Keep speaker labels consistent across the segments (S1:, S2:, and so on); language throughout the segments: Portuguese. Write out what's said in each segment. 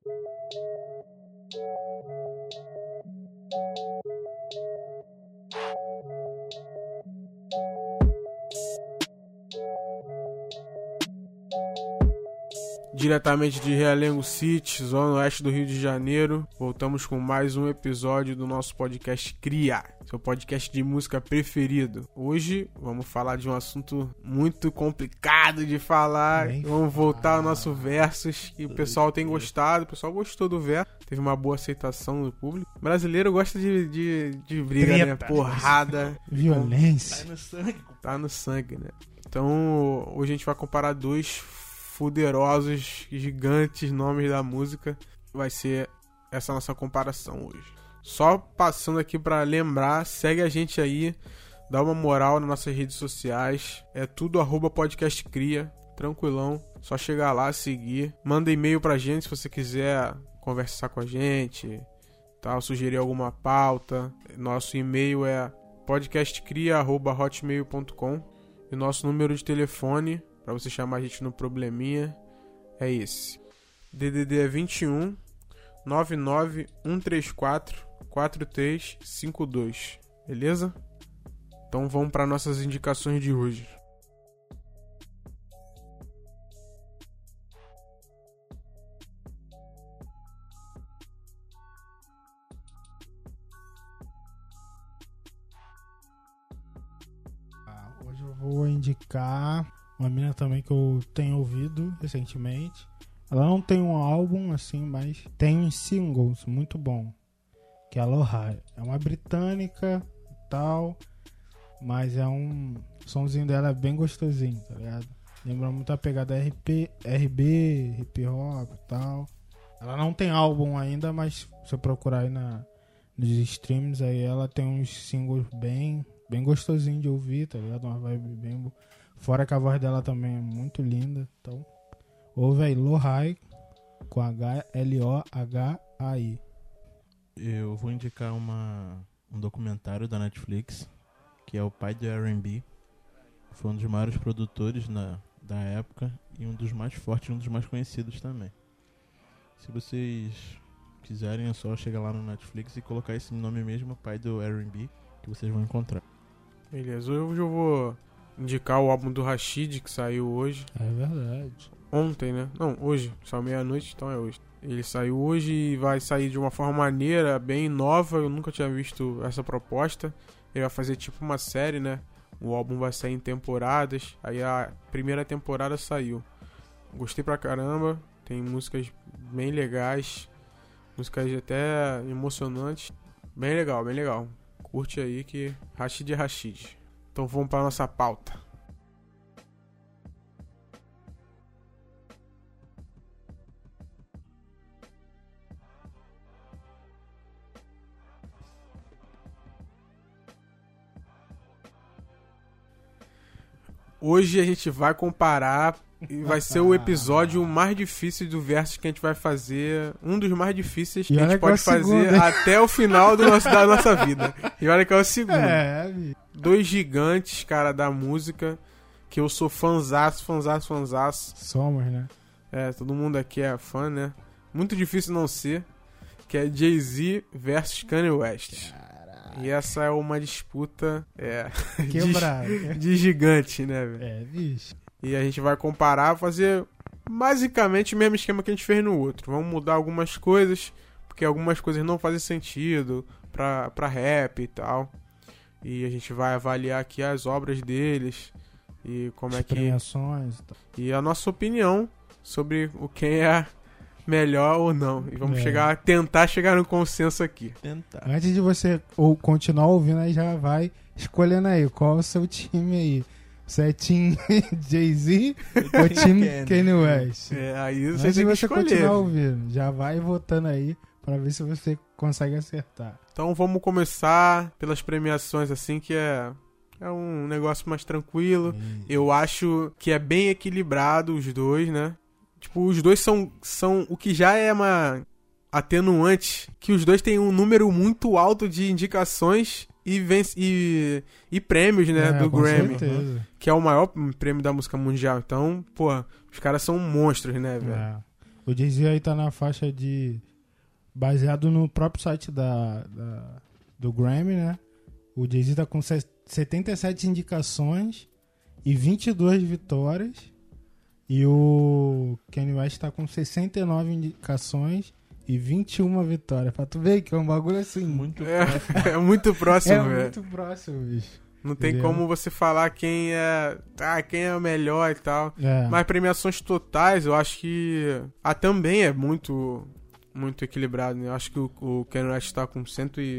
S1: Diretamente de Realengo City, zona oeste do Rio de Janeiro, voltamos com mais um episódio do nosso podcast Cria, seu podcast de música preferido. Hoje vamos falar de um assunto muito complicado de falar. Vamos voltar ao nosso Versus, que o pessoal tem gostado, o pessoal gostou do verso, teve uma boa aceitação do público. O brasileiro gosta de briga, treta, né? Porrada,
S2: violência.
S1: Tá no sangue, né? Então, hoje a gente vai comparar dois poderosos, gigantes nomes da música. Vai ser essa nossa comparação hoje. Só passando aqui pra lembrar, segue a gente aí, dá uma moral nas nossas redes sociais, é tudo @podcastcria, tranquilão, só chegar lá, seguir, manda e-mail pra gente se você quiser conversar com a gente, tal, sugerir alguma pauta. Nosso e-mail é podcastcria@hotmail.com e nosso número de telefone pra você chamar a gente no probleminha é esse. DDD é 21 99 134 4352. Beleza? Então vamos para nossas indicações de hoje.
S2: Hoje eu vou indicar uma mina também que eu tenho ouvido recentemente. Ela não tem um álbum assim, mas tem uns singles muito bom, que é a Lohai. É uma britânica e tal, mas é um somzinho dela bem gostosinho, tá ligado? Lembra muito a pegada RB, hip hop e tal. Ela não tem álbum ainda, mas se eu procurar aí nos streams, aí ela tem uns singles bem gostosinho de ouvir, tá ligado? Uma vibe bem. Fora que a voz dela também é muito linda. Então, ouve aí, Lohai, com HLOHAI.
S3: Eu vou indicar um documentário da Netflix, que é o pai do R&B. Foi um dos maiores produtores da época e um dos mais fortes, um dos mais conhecidos também. Se vocês quiserem, é só chegar lá no Netflix e colocar esse nome mesmo, pai do R&B, que vocês vão encontrar.
S1: Beleza, hoje eu vou indicar o álbum do Rashid, que saiu hoje.
S2: É verdade.
S1: Ontem, né? Não, hoje. Saiu meia-noite, então é hoje. Ele saiu hoje e vai sair de uma forma maneira, bem nova. Eu nunca tinha visto essa proposta. Ele vai fazer tipo uma série, né? O álbum vai sair em temporadas. Aí a primeira temporada saiu. Gostei pra caramba. Tem músicas bem legais. Músicas até emocionantes. Bem legal, bem legal. Curte aí que Rashid é Rashid. Então vamos para nossa pauta. Hoje a gente vai comparar e vai ser o episódio mais difícil do Versus que a gente vai fazer. Um dos mais difíceis que a gente pode fazer até o final da nossa vida. E olha que é o segundo. Dois gigantes, cara, da música, que eu sou fãzaço.
S2: Somos, né?
S1: É, todo mundo aqui é fã, né? Muito difícil não ser. Que é Jay-Z versus Kanye West. Caraca. E essa é uma disputa de gigante, né, velho?
S2: É, bicho.
S1: E a gente vai comparar, fazer basicamente o mesmo esquema que a gente fez no outro. Vamos mudar algumas coisas, porque algumas coisas não fazem sentido pra rap e tal. E a gente vai avaliar aqui as obras deles e como é que...
S2: Premiações e tal.
S1: E a nossa opinião sobre quem é melhor ou não. E vamos tentar chegar no consenso aqui.
S2: Antes de você continuar ouvindo, aí já vai escolhendo aí qual é o seu time aí. Você é Team Jay-Z ou Team Kanye West?
S1: Aí
S2: você tem que escolher. Continuar ouvindo, já vai votando aí pra ver se você consegue acertar.
S1: Então vamos começar pelas premiações, assim, que é um negócio mais tranquilo. Eu acho que é bem equilibrado os dois, né? Tipo, os dois são o que já é uma atenuante, que os dois têm um número muito alto de indicações e prêmios, né, do Grammy.
S2: Certeza.
S1: Que é o maior prêmio da música mundial. Então, pô, os caras são monstros, né, velho?
S2: O Jay-Z aí tá na faixa de... Baseado no próprio site do Grammy, né? O Jay-Z tá com 77 indicações e 22 vitórias. E o Kanye West tá com 69 indicações e 21 vitórias. Pra tu ver que é um bagulho assim...
S3: Muito
S1: É muito próximo, velho.
S2: muito próximo, bicho.
S1: Não tem
S2: Entendeu?
S1: como você falar quem é o melhor e tal.
S2: É.
S1: Mas premiações totais, eu acho que também é muito equilibrado, né? Eu acho que o Kanye West tá com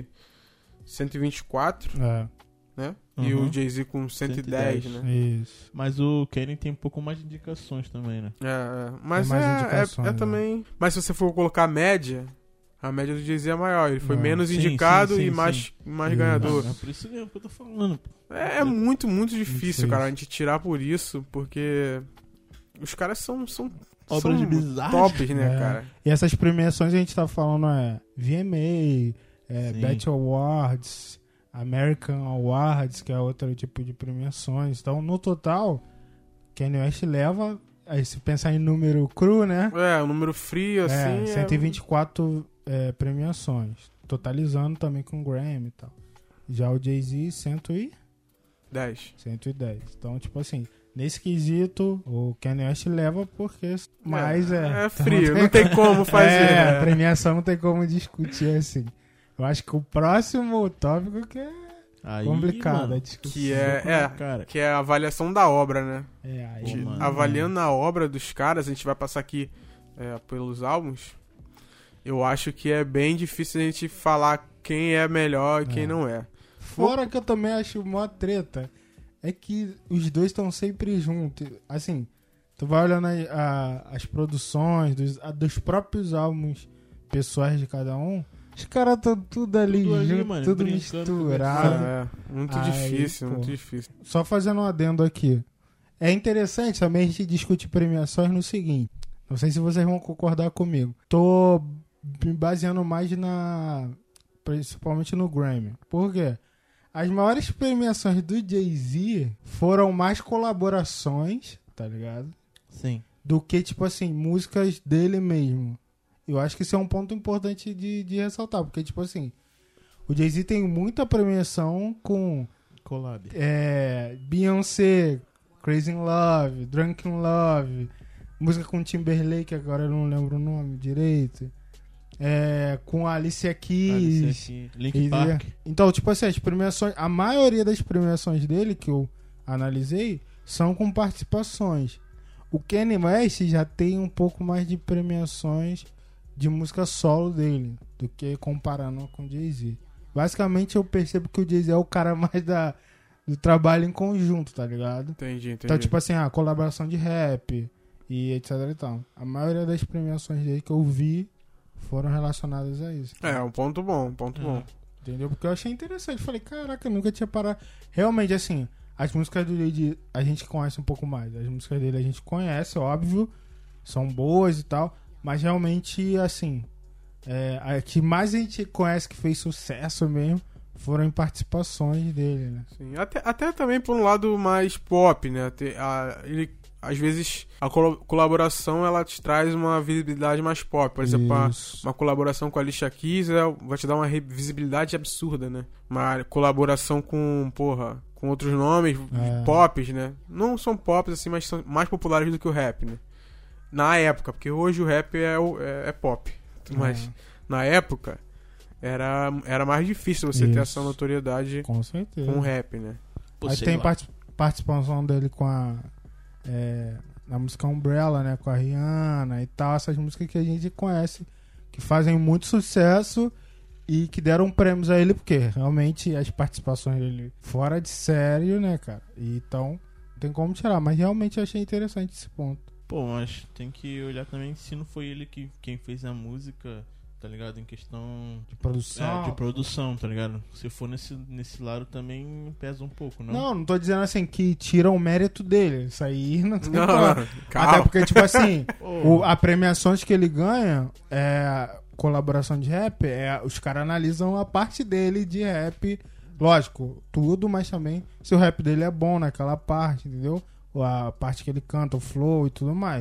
S1: 124, né? E o Jay-Z com 110,
S3: 110,
S1: né?
S2: Isso.
S3: Mas o Kanye tem um pouco mais de indicações também, né?
S1: Mas
S2: mais indicações, né?
S1: também... Mas se você for colocar a média do Jay-Z é maior. Ele foi
S2: Não.
S1: menos
S3: Sim,
S1: indicado
S3: sim,
S1: e
S3: sim,
S1: mais
S2: Isso.
S1: ganhador.
S3: É por isso mesmo que eu tô falando.
S1: É muito, muito difícil,
S2: Isso.
S1: cara, a gente tirar por isso, porque os caras são
S3: Obras bizarras.
S1: tops, né,
S2: É.
S1: cara?
S2: E essas premiações a gente tá falando VMA,
S3: Sim.
S2: BET Awards, American Awards, que é outro tipo de premiações. Então, no total, Kanye West leva, aí se pensar em número cru, né?
S1: O número frio, assim...
S2: 124 premiações, totalizando também com Grammy e tal. Já o Jay-Z,
S1: 10.
S2: 110. Então, tipo assim, nesse quesito, o Kanye West leva porque mais
S1: É frio, não tem como fazer.
S2: a
S1: né?
S2: premiação não tem como discutir assim. Eu acho que o próximo tópico que é
S3: Aí,
S2: complicado
S3: mano,
S2: a discussão.
S3: cara.
S1: Que é a avaliação da obra, né?
S2: Aí,
S3: Pô, mano.
S1: Avaliando a obra dos caras, a gente vai passar aqui pelos álbuns. Eu acho que é bem difícil a gente falar quem é melhor e quem não é.
S2: Fora que eu também acho mó treta, é que os dois estão sempre juntos. Assim, tu vai olhando as produções dos próprios álbuns pessoais de cada um, os caras estão tudo ali
S3: Tudo ali,
S2: junto,
S3: mano,
S2: tudo
S3: brincando,
S2: misturado.
S1: Muito
S2: Aí,
S1: difícil,
S2: pô.
S1: muito difícil.
S2: Só fazendo um adendo aqui. É interessante também a gente discutir premiações no seguinte. Não sei se vocês vão concordar comigo. Tô me baseando mais principalmente no Grammy. Por quê? As maiores premiações do Jay-Z foram mais colaborações, tá ligado?
S3: Sim.
S2: Do que, tipo assim, músicas dele mesmo. Eu acho que isso é um ponto importante de ressaltar. Porque, tipo assim, o Jay-Z tem muita premiação com
S3: Collab.
S2: Beyoncé, Crazy in Love, Drunk in Love, música com Timberlake, agora eu não lembro o nome direito. Com a Alicia Keys.
S3: Linkin Park.
S2: Então, tipo assim, as premiações, a maioria das premiações dele que eu analisei são com participações. O Kanye West já tem um pouco mais de premiações de música solo dele do que comparando com o Jay-Z. Basicamente, eu percebo que o Jay-Z é o cara mais do trabalho em conjunto, tá ligado?
S1: Entendi.
S2: Então, tipo assim, a colaboração de rap e etc e tal. A maioria das premiações dele que eu vi foram relacionadas a isso.
S1: um ponto bom, bom.
S2: Entendeu? Porque eu achei interessante. Falei, caraca, eu nunca tinha parado. Realmente, assim, as músicas do Jay-Z a gente conhece um pouco mais. As músicas dele a gente conhece, óbvio. São boas e tal. Mas realmente, assim, a que mais a gente conhece que fez sucesso mesmo foram em participações dele, né?
S1: Sim, até também por um lado mais pop, né? Ele, às vezes, a colaboração ela te traz uma visibilidade mais pop. Por exemplo, uma colaboração com a Alicia Keys vai te dar uma visibilidade absurda, né? Uma colaboração com outros nomes pops, né? Não são pops, assim, mas são mais populares do que o rap, né? Na época, porque hoje o rap é pop. Mas na época era mais difícil você ter essa notoriedade
S2: com certeza.
S1: com o rap, né?
S2: Aí tem participação dele com na música Umbrella, né? Com a Rihanna e tal. Essas músicas que a gente conhece, que fazem muito sucesso e que deram prêmios a ele, porque realmente as participações dele fora de sério, né, cara? Então, não tem como tirar. Mas realmente eu achei interessante esse ponto.
S3: Pô, mas tem que olhar também se não foi ele quem fez a música, tá ligado? Em questão
S2: de produção.
S3: De produção, tá ligado? Se for nesse lado também pesa um pouco, não?
S2: Não tô dizendo assim que tira o mérito dele. Isso aí não tem
S1: Não,
S2: como.
S1: calma.
S2: Até porque, tipo assim, a premiações que ele ganha colaboração de rap, os caras analisam a parte dele de rap. Lógico, tudo, mas também se o rap dele é bom naquela parte, entendeu? A parte que ele canta, o flow e tudo mais. Então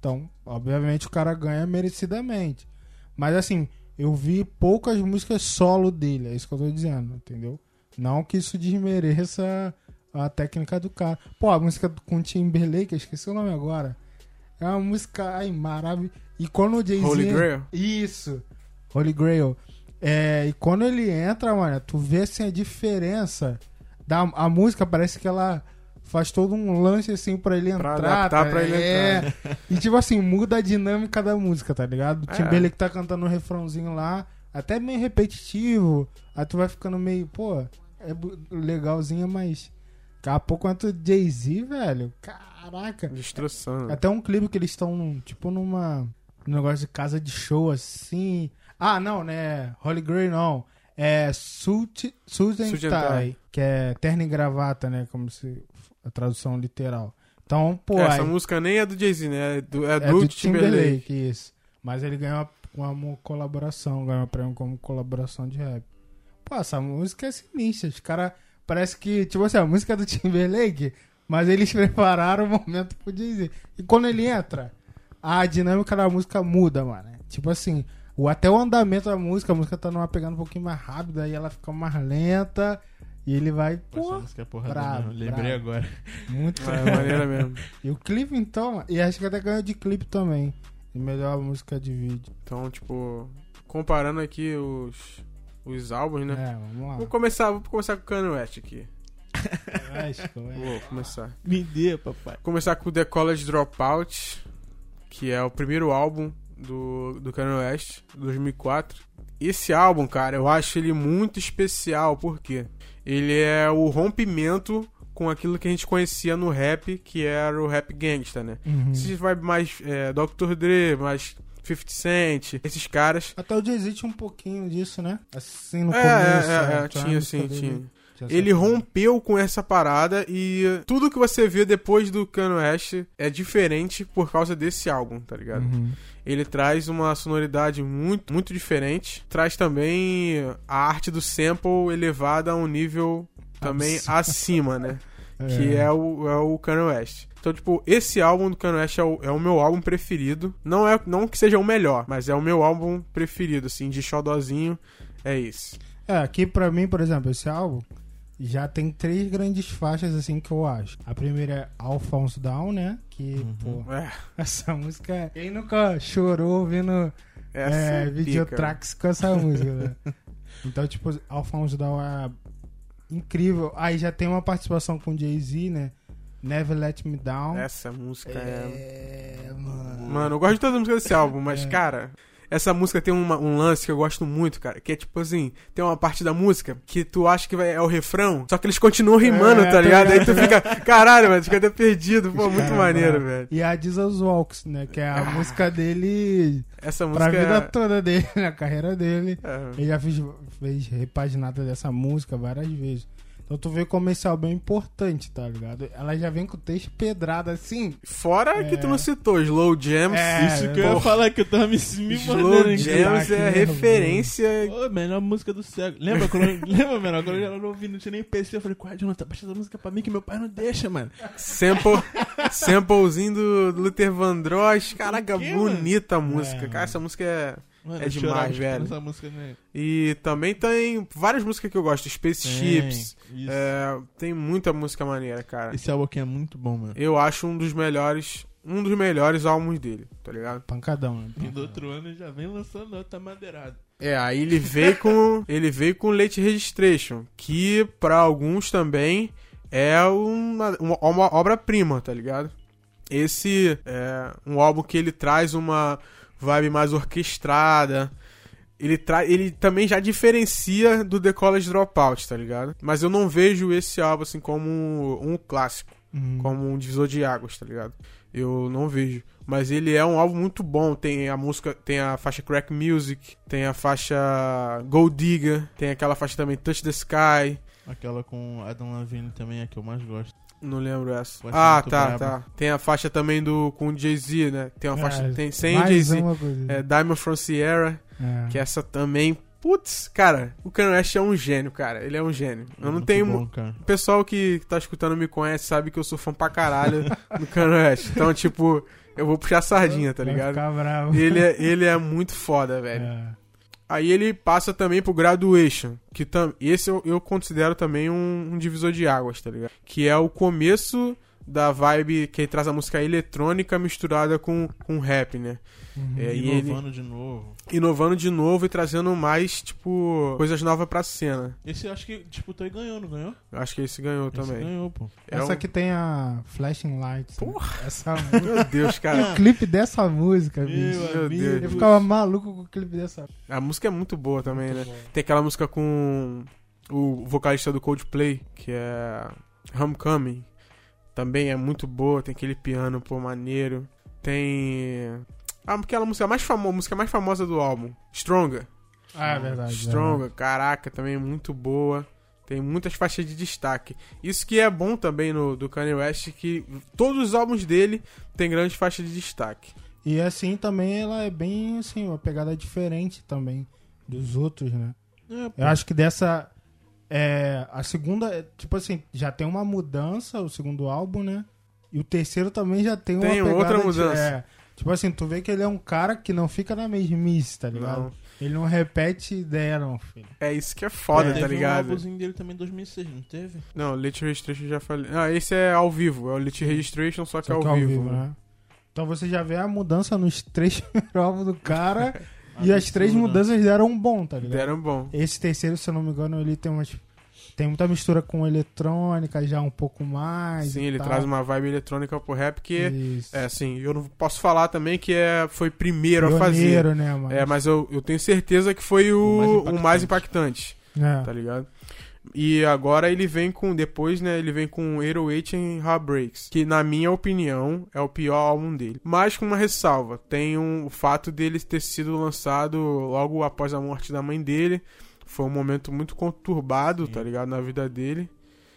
S2: Então, obviamente, o cara ganha merecidamente. Mas, assim, eu vi poucas músicas solo dele. É isso que eu tô dizendo, entendeu? Não que isso desmereça a técnica do cara. Pô, a música com Timberlake, eu esqueci o nome agora. É uma música, maravilhosa. E quando o Jay-Z...
S1: Holy Grail?
S2: Isso. Holy Grail. E quando ele entra, mano, tu vê assim a diferença. A música parece que ela faz todo um lance assim pra ele entrar.
S1: Pra adaptar pra ele entrar.
S2: E tipo assim, muda a dinâmica da música, tá ligado? O Timberlake tá cantando um refrãozinho lá, até meio repetitivo. Aí tu vai ficando meio, pô, é legalzinha, mas daqui a pouco entra o Jay-Z, velho. Caraca.
S1: Destruição.
S2: Até um clipe que eles estão, tipo, num negócio de casa de show, assim. Ah, não, né? Holy Grail, não. É Suit and Tie, que é terno e gravata, né? Como se a tradução literal. Então, pô...
S1: Essa música nem é do Jay-Z, né? É do Timberlake.
S2: Isso. Mas ele ganhou uma colaboração, ganhou um prêmio como colaboração de rap. Pô, essa música é sinistra. Os caras... Parece que, tipo assim, a música é do Timberlake, mas eles prepararam o momento pro Jay-Z. E quando ele entra, a dinâmica da música muda, mano. Tipo assim, até o andamento da música, a música tá numa pegada um pouquinho mais rápida, aí ela fica mais lenta, e ele vai, pô...
S3: Essa música é porrada mesmo. Lembrei agora.
S2: Muito
S1: maneira mesmo.
S2: E o clipe, então, e acho que até ganhou de clipe também. E melhor música de vídeo.
S1: Então, tipo, comparando aqui os álbuns, né?
S2: Vamos lá.
S1: Vou começar com o Kanye West aqui.
S2: Vou
S1: começar.
S3: Me dê, papai.
S1: Vou começar com o The College Dropout, que é o primeiro álbum do Kanye West, 2004. Esse álbum, cara, eu acho ele muito especial, porque ele é o rompimento com aquilo que a gente conhecia no rap, que era o rap gangsta, né?
S2: Uhum.
S1: Se vai mais Dr. Dre, mais 50 Cent, esses caras.
S2: Até o Jay-Z tinha um pouquinho disso, né? Assim, no começo.
S1: Tinha sim, tinha. Ele rompeu com essa parada e tudo que você vê depois do Kanye West é diferente por causa desse álbum, tá ligado?
S2: Uhum.
S1: Ele traz uma sonoridade muito, muito diferente. Traz também a arte do sample elevada a um nível também acima, né? Que é o Kanye West. Então, tipo, esse álbum do Kanye West é o meu álbum preferido. Não que seja o melhor, mas é o meu álbum preferido, assim, de xodozinho. É esse.
S2: Aqui pra mim, por exemplo, esse álbum já tem 3 grandes faixas, assim, que eu acho. A primeira é Alphonse Down, né? Que, essa música... Quem nunca chorou ouvindo videotracks com essa música, né? Então, tipo, Alphonse Down é incrível. Aí já tem uma participação com Jay-Z, né? Never Let Me Down.
S1: Essa música Mano, eu gosto de todas as músicas desse álbum, mas, cara... Essa música tem um lance que eu gosto muito, cara. Que é tipo assim, tem uma parte da música que tu acha que é o refrão, só que eles continuam rimando, tá ligado? Aí tu fica, caralho, mano, tu fica até perdido. Pô, muito maneiro, velho.
S2: E a Jesus Walks, né? Que é a música dele
S1: essa música
S2: pra vida toda dele, na carreira dele. Ele já fez repaginada dessa música várias vezes. Então tu vê como esse álbum é importante, tá ligado? Ela já vem com o texto pedrado assim.
S1: Fora que tu não citou, Slow Jams.
S3: Isso que eu ia falar, que eu tava me
S1: Slow Jams é referência.
S3: Ô, melhor música do século. Lembra, menor? Quando eu não ouvi, não tinha nem PC. Eu falei, Jonathan, baixa essa música pra mim que meu pai não deixa, mano.
S1: Samplezinho do Luther Vandross. Caraca, bonita a música. Cara, essa música é demais, velho.
S3: Essa música, né?
S1: E também tem várias músicas que eu gosto. Spaceships. Tem muita música maneira, cara.
S3: Esse álbum aqui é muito bom, mano.
S1: Eu acho um dos melhores álbuns dele, tá ligado?
S2: Pancadão, né?
S3: E do outro ano já vem lançando outra madeirada.
S1: Aí ele veio com Late Registration, que pra alguns também é uma obra-prima, tá ligado? Esse é um álbum que ele traz uma vibe mais orquestrada. Ele também já diferencia do The College Dropout, tá ligado? Mas eu não vejo esse álbum assim como um clássico, como um divisor de águas, tá ligado? Eu não vejo. Mas ele é um álbum muito bom. Tem a faixa Crack Music, tem a faixa Gold Digger, tem aquela faixa também Touch the Sky.
S3: Aquela com Adam Levine também é a que eu mais gosto.
S1: Não lembro essa.
S3: Tá.
S1: Tem a faixa também com o Jay-Z, né? Tem uma faixa sem o Jay-Z. Diamond from Sierra, que essa também... Putz, cara, o Kanye West é um gênio, cara. Ele é um gênio. Eu não tenho...
S3: Bom, cara.
S1: O pessoal que tá escutando me conhece, sabe que eu sou fã pra caralho do Kanye West. Então, tipo, eu vou puxar a sardinha, tá
S2: Vai
S1: ligado?
S2: ficar bravo.
S1: Ele é muito foda, velho.
S2: É.
S1: Aí ele passa também pro Graduation, que esse eu considero também um divisor de águas, tá ligado? Que é o começo da vibe que ele traz a música eletrônica misturada com rap, né?
S3: Inovando de novo.
S1: Inovando de novo e trazendo mais, tipo, coisas novas pra cena.
S3: Esse eu acho que disputou e ganhou, não ganhou?
S1: Eu acho que esse ganhou
S3: Esse
S1: também.
S3: ganhou, pô.
S2: Essa aqui tem a Flashing Lights.
S1: Porra!
S2: Né? Essa música.
S1: Meu Deus,
S2: O
S1: cara.
S2: clipe dessa música,
S3: Meu
S2: bicho.
S1: Meu
S3: amigo.
S1: Deus.
S2: Eu ficava maluco com o clipe dessa.
S1: A música é muito boa também,
S2: Muito
S1: né?
S2: bom.
S1: Tem aquela música com o vocalista do Coldplay, que é Homecoming. Também é muito boa, tem aquele piano, pô, maneiro. Tem aquela música mais famosa do álbum, Stronger.
S2: Ah, é verdade.
S1: Stronger, caraca, também é muito boa. Tem muitas faixas de destaque. Isso que é bom também do Kanye West, que todos os álbuns dele tem grandes faixas de destaque.
S2: E assim também ela é bem, assim, uma pegada diferente também dos outros, né?
S3: É, pô.
S2: Eu acho que dessa... a segunda, tipo assim, já tem uma mudança, o segundo álbum, né? E o terceiro também já tem uma
S1: Tem
S2: pegada...
S1: outra mudança.
S2: Tipo assim, tu vê que ele é um cara que não fica na mesmice, tá ligado?
S1: Não.
S2: Ele não repete ideia, não, filho.
S1: É isso que é foda,
S3: Teve
S1: tá ligado?
S3: um álbumzinho dele também em 2006, não teve?
S1: Não, Late Registration eu já falei. Ah, esse é ao vivo. É o Late Registration, só que é
S2: Só
S1: ao
S2: que
S1: vivo. Né?
S2: Então você já vê a mudança nos 3 primeiros álbuns do cara e as 3
S3: Absurdo.
S2: mudanças deram bom, tá ligado?
S1: Deram bom.
S2: Esse terceiro, se eu não me engano, ele tem muita mistura com eletrônica já um pouco mais.
S1: Sim,
S2: e
S1: ele
S2: tal.
S1: traz uma vibe eletrônica pro rap que
S2: Isso.
S1: é assim, eu não posso falar também que foi primeiro a fazer.
S2: Pioneiro, né, mano?
S1: Mas eu tenho certeza que foi o mais impactante,
S2: É.
S1: tá ligado? E agora ele vem com, depois, né, ele vem com 808 e Heartbreaks, que na minha opinião é o pior álbum dele. Mas com uma ressalva, tem o fato dele ter sido lançado logo após a morte da mãe dele. Foi um momento muito conturbado,
S3: Sim.
S1: tá ligado, na vida dele.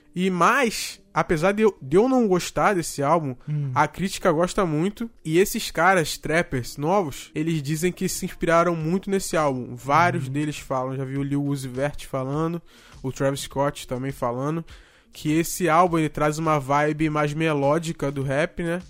S1: Mas, apesar de eu não gostar desse álbum, a crítica gosta muito. E esses caras, trappers novos, eles dizem que se inspiraram muito nesse álbum. Vários deles falam, já vi o Lil Uzi Vert falando, o Travis Scott também falando, que esse álbum ele traz uma vibe mais melódica do rap, né?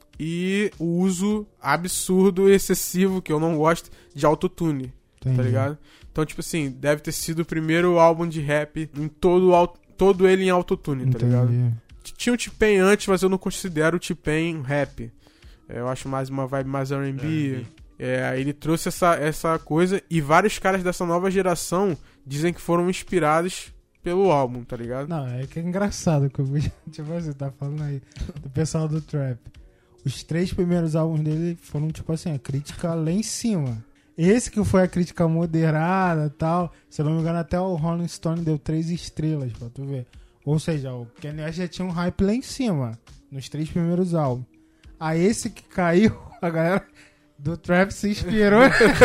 S1: E o uso absurdo e excessivo, que eu não gosto, de autotune, tá ligado? Então, tipo assim, deve ter sido o primeiro álbum de rap em todo ele em autotune, tá ligado? Tinha o T-Pain antes, mas eu não considero o T-Pain rap. Eu acho mais uma vibe mais R&B. Aí ele trouxe essa coisa e vários caras dessa nova geração dizem que foram inspirados pelo álbum, tá ligado?
S2: Não, é que é engraçado que eu vi, tipo assim, tá falando aí do pessoal do trap. Os 3 primeiros álbuns dele foram, tipo assim, a crítica lá em cima. Esse que foi a crítica moderada e tal, se eu não me engano, até o Rolling Stone deu 3 estrelas, pra tu ver. Ou seja, o Kanye West já tinha um hype lá em cima, nos 3 primeiros álbuns. Aí esse que caiu, a galera do trap se inspirou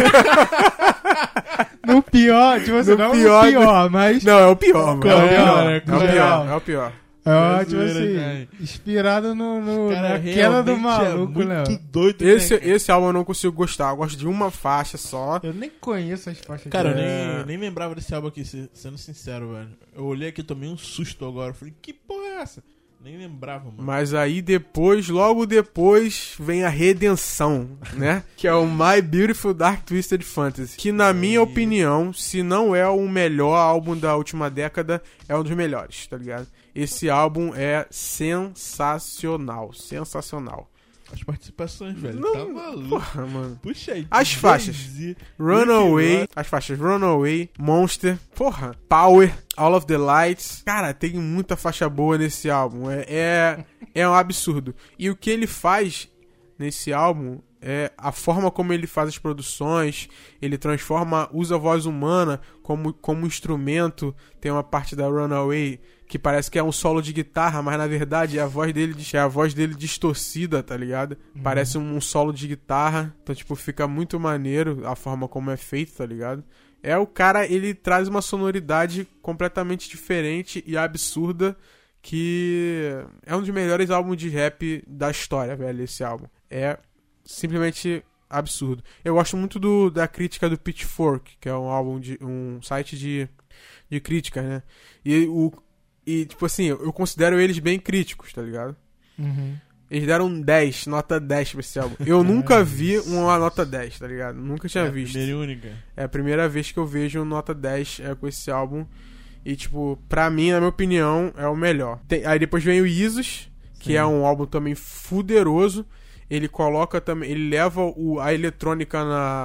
S2: no pior, tipo assim,
S1: No
S2: não
S1: pior
S2: no pior, mas...
S1: Não, é o pior, mano.
S2: Pior,
S1: É o pior.
S2: É, tipo
S3: zoeira,
S2: assim,
S3: cara.
S2: inspirado
S3: Cara,
S2: na queda do
S3: realmente
S2: maluco,
S3: é
S2: né?
S3: muito doido,
S1: Esse,
S3: né, cara?
S1: esse álbum eu não consigo gostar. Eu gosto de uma faixa só.
S2: Eu nem conheço as faixas
S3: Cara, eu
S2: dele.
S3: nem lembrava desse álbum aqui, sendo sincero, velho. Eu olhei aqui e tomei um susto agora. Falei, que porra é essa? Nem lembrava, mano.
S1: Mas aí logo depois, vem a redenção, né? Que é o My Beautiful Dark Twisted Fantasy. Que na minha opinião, se não é o melhor álbum da última década, é um dos melhores, tá ligado? Esse álbum é sensacional. Sensacional.
S3: As participações, velho.
S1: Não,
S3: Tá maluco.
S1: Porra, mano.
S3: Puxa aí.
S1: As faixas. Runaway, as faixas Runaway, Monster, porra, Power, All of the Lights. Cara, tem muita faixa boa nesse álbum. É um absurdo. E o que ele faz nesse álbum é a forma como ele faz as produções. Ele usa a voz humana como instrumento. Tem uma parte da Runaway que parece que é um solo de guitarra, mas na verdade é a voz dele distorcida, tá ligado? Parece um solo de guitarra. Então, tipo, fica muito maneiro a forma como é feito, tá ligado? O cara, ele traz uma sonoridade completamente diferente e absurda, que é um dos melhores álbuns de rap da história, velho, esse álbum. É simplesmente absurdo. Eu gosto muito da crítica do Pitchfork, que é um site de crítica, né? E, tipo assim, eu considero eles bem críticos, tá ligado?
S2: Uhum.
S1: Eles deram 10, nota 10 pra esse álbum. Eu nunca vi uma nota 10, tá ligado? Nunca tinha visto.
S3: Primeira e única.
S1: É a primeira vez que eu vejo nota 10 com esse álbum. E, tipo, pra mim, na minha opinião, é o melhor. Aí depois vem o Isos, que é um álbum também fuderoso. Ele coloca também... Ele leva a eletrônica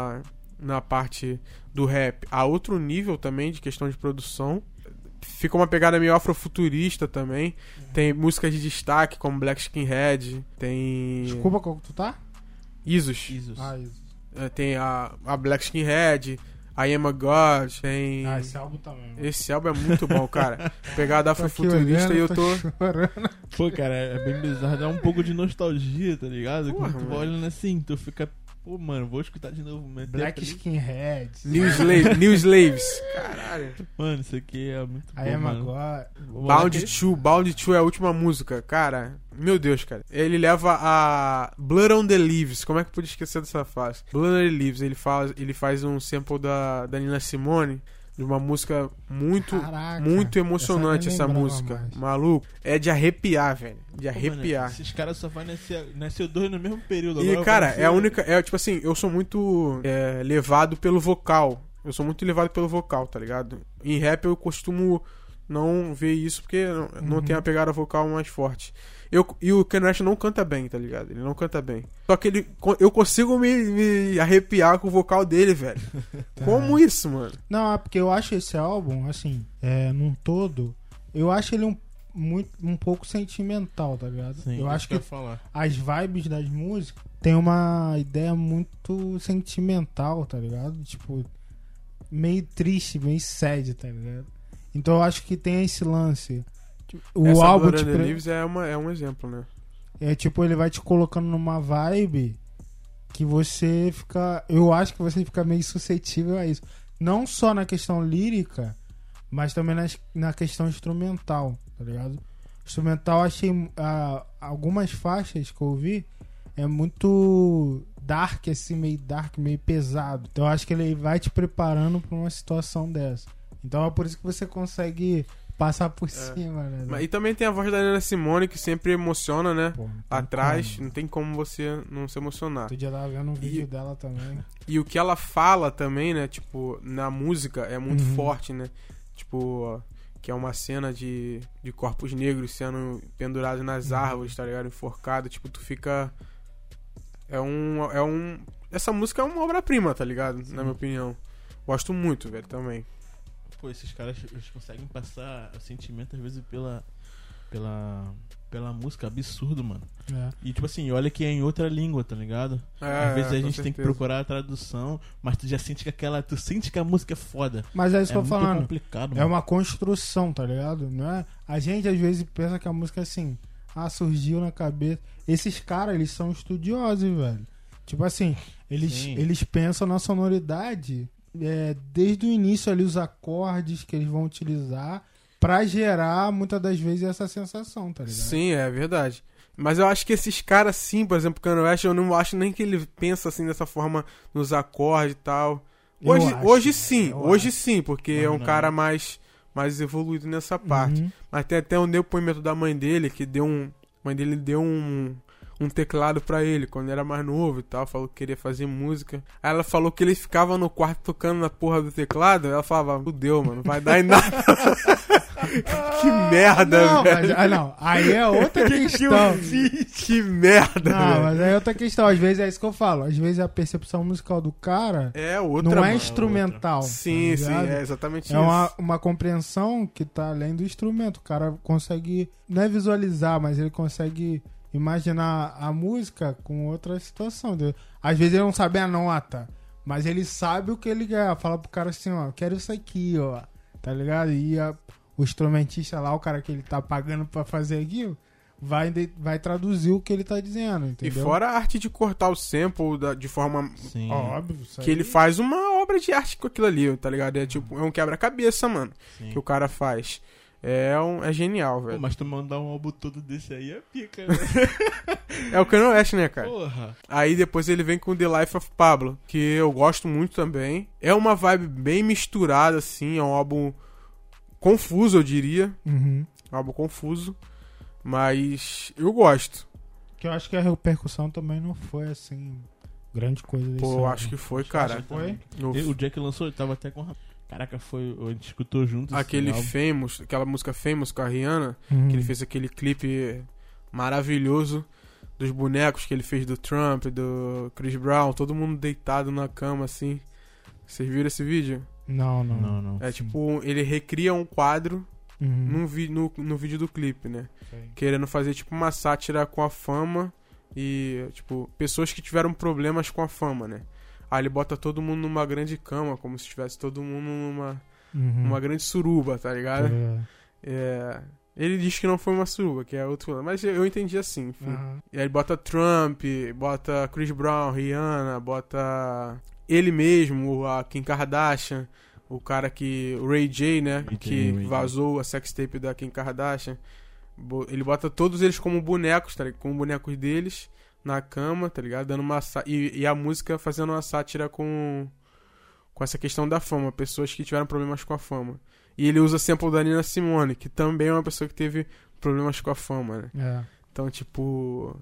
S1: na parte do rap a outro nível também, de questão de produção. Fica uma pegada meio afrofuturista também. Tem músicas de destaque, como Black Skinhead. Tem...
S2: Desculpa, qual que tu tá?
S1: Isos.
S2: Ah, Isos.
S1: Tem a Black Skinhead, I Am a God, tem...
S2: esse álbum também.
S1: Esse álbum é muito bom, cara. Pegada afrofuturista e eu tô...
S2: chorando.
S3: Pô, cara, é bem bizarro. Dá um pouco de nostalgia, tá ligado?
S1: Porra,
S3: Quando tu vai olhando assim, tu fica... Pô, mano, vou escutar de novo.
S2: Black Skinhead.
S1: New Slaves. Caralho.
S3: Mano, isso aqui é muito bom,
S2: I Am
S3: mano.
S2: agora.
S1: Bound 2 é a última música. Cara, meu Deus, cara. Ele leva a Blood on the Leaves. Como é que eu pude esquecer dessa fase? Blood on the Leaves. Ele faz um sample da Nina Simone, de uma música muito,
S2: Caraca,
S1: muito emocionante essa
S2: lembrava
S1: música.
S2: mais.
S1: Maluco. É de arrepiar, velho. De
S3: Pô,
S1: arrepiar.
S3: mano, esses caras só fazem nascer dois no mesmo período.
S1: E,
S3: Agora
S1: cara,
S3: vai
S1: é a
S3: ser-
S1: única... É, tipo assim, eu sou muito levado pelo vocal. Eu sou muito levado pelo vocal, tá ligado? Em rap eu costumo não ver isso porque não tem a pegada vocal mais forte. E o Kanye West não canta bem, tá ligado? Ele não canta bem. Só que eu consigo me arrepiar com o vocal dele, velho. Como isso, mano?
S2: Não, é porque eu acho esse álbum, assim, num todo, eu acho ele um pouco sentimental, tá ligado?
S3: Sim,
S2: eu acho
S3: isso
S2: que
S3: eu ia falar.
S2: as vibes das músicas tem uma ideia muito sentimental, tá ligado? Tipo, meio triste, meio sad, tá ligado? Então eu acho que tem esse lance. O
S1: Essa
S2: álbum
S1: Blood on
S2: tipo,
S1: the Leaves é um exemplo, né?
S2: tipo, ele vai te colocando numa vibe que você fica... Eu acho que você fica meio suscetível a isso. Não só na questão lírica, mas também na questão instrumental, tá ligado? Instrumental, achei algumas faixas que eu ouvi é muito dark, assim, meio pesado. Então eu acho que ele vai te preparando pra uma situação dessa. Então é por isso que você consegue passar por cima, né?
S1: E também tem a voz da Nina Simone que sempre emociona, né?
S2: Pô, não tem
S1: Atrás,
S2: como.
S1: não tem como você não se emocionar.
S2: Outro dia eu tava vendo um vídeo dela também.
S1: E o que ela fala também, né? Tipo, na música é muito forte, né? Tipo, que é uma cena de corpos negros sendo pendurados nas árvores, tá ligado? Enforcado. Tipo, tu fica... Essa música é uma obra-prima, tá ligado? Na minha opinião. Gosto muito, velho, também.
S3: Pô, esses caras eles conseguem passar sentimento às vezes pela música, absurdo, mano.
S2: É.
S3: E tipo assim, olha que é em outra língua, tá ligado? Às vezes a gente tem que procurar a tradução, mas tu já sente tu sente que a música é foda.
S2: Mas é isso que eu tô
S3: muito
S2: falando.
S3: complicado,
S2: É
S3: mano.
S2: uma construção, tá ligado? Não é? A gente às vezes pensa que a música é assim, surgiu na cabeça. Esses caras, eles são estudiosos, velho. Tipo assim, eles pensam na sonoridade desde o início ali, os acordes que eles vão utilizar pra gerar, muitas das vezes, essa sensação, tá ligado?
S1: Sim, é verdade. Mas eu acho que esses caras, sim, por exemplo, o Kanye West, eu não acho nem que ele pensa assim dessa forma nos acordes e tal. Hoje sim, porque é um cara mais evoluído nessa parte. Mas tem até um depoimento da mãe dele, que mãe dele deu um teclado pra ele quando ele era mais novo e tal, falou que queria fazer música. Aí ela falou que ele ficava no quarto tocando na porra do teclado, ela falava, fudeu, mano, não vai dar em nada. Que merda, velho.
S2: Aí é outra questão.
S1: Que merda,
S2: Não,
S1: velho.
S2: mas aí é outra questão. Às vezes é isso que eu falo. Às vezes a percepção musical do cara
S1: É outra,
S2: não é
S1: mano.
S2: instrumental.
S1: Sim,
S2: tá ligado?
S1: é exatamente
S2: É
S1: isso.
S2: uma compreensão que tá além do instrumento. O cara consegue, não é visualizar, mas ele consegue imaginar a música com outra situação. Entendeu? Às vezes ele não sabe a nota, mas ele sabe o que ele quer. Fala pro cara assim, ó, quero isso aqui, ó. Tá ligado? E o instrumentista lá, o cara que ele tá pagando pra fazer aquilo, vai traduzir o que ele tá dizendo,
S1: E
S2: entendeu?
S1: fora a arte de cortar o sample de forma
S3: Sim.
S2: Óbvio, isso
S1: que
S2: aí.
S1: ele faz uma obra de arte com aquilo ali, tá ligado? É tipo, é um quebra-cabeça, mano,
S3: Sim.
S1: que o cara faz. É genial,
S3: Pô,
S1: velho.
S3: mas tu mandar um álbum todo desse aí é pica, né?
S1: É o Kanye West, né, cara?
S3: Porra.
S1: Aí depois ele vem com The Life of Pablo, que eu gosto muito também. É uma vibe bem misturada, assim, é um álbum confuso, eu diria.
S2: Uhum.
S1: Um álbum confuso, mas eu gosto.
S2: Que eu acho que a repercussão também não foi assim, grande coisa desse
S1: Pô, eu
S2: álbum.
S1: acho que foi, cara.
S2: Foi?
S3: O Jack lançou, ele tava até com... Caraca, a gente escutou juntos
S1: Aquele
S3: esse álbum.
S1: Famous, aquela música Famous com a Rihanna,
S2: Uhum.
S1: que ele fez aquele clipe maravilhoso dos bonecos que ele fez do Trump, do Chris Brown, todo mundo deitado na cama, assim. Vocês viram esse vídeo?
S2: Não.
S3: Não.
S1: É tipo, ele recria um quadro
S2: Uhum.
S1: no vídeo do clipe, né?
S2: Sei.
S1: Querendo fazer tipo uma sátira com a fama e, tipo, pessoas que tiveram problemas com a fama, né? Aí ele bota todo mundo numa grande cama, como se tivesse todo mundo numa grande suruba, tá ligado? Ele diz que não foi uma suruba, que é outro... Mas eu entendi assim, enfim.
S2: Uhum.
S1: E aí ele bota Trump, bota Chris Brown, Rihanna, bota ele mesmo, a Kim Kardashian, o cara que... O Ray J, né? Que vazou a sextape da Kim Kardashian. Ele bota todos eles como bonecos, tá ligado? Como bonecos deles na cama, tá ligado? Dando uma... E a música fazendo uma sátira com essa questão da fama. Pessoas que tiveram problemas com a fama. E ele usa sample da Nina Simone, que também é uma pessoa que teve problemas com a fama, né?
S2: É.
S1: Então, tipo...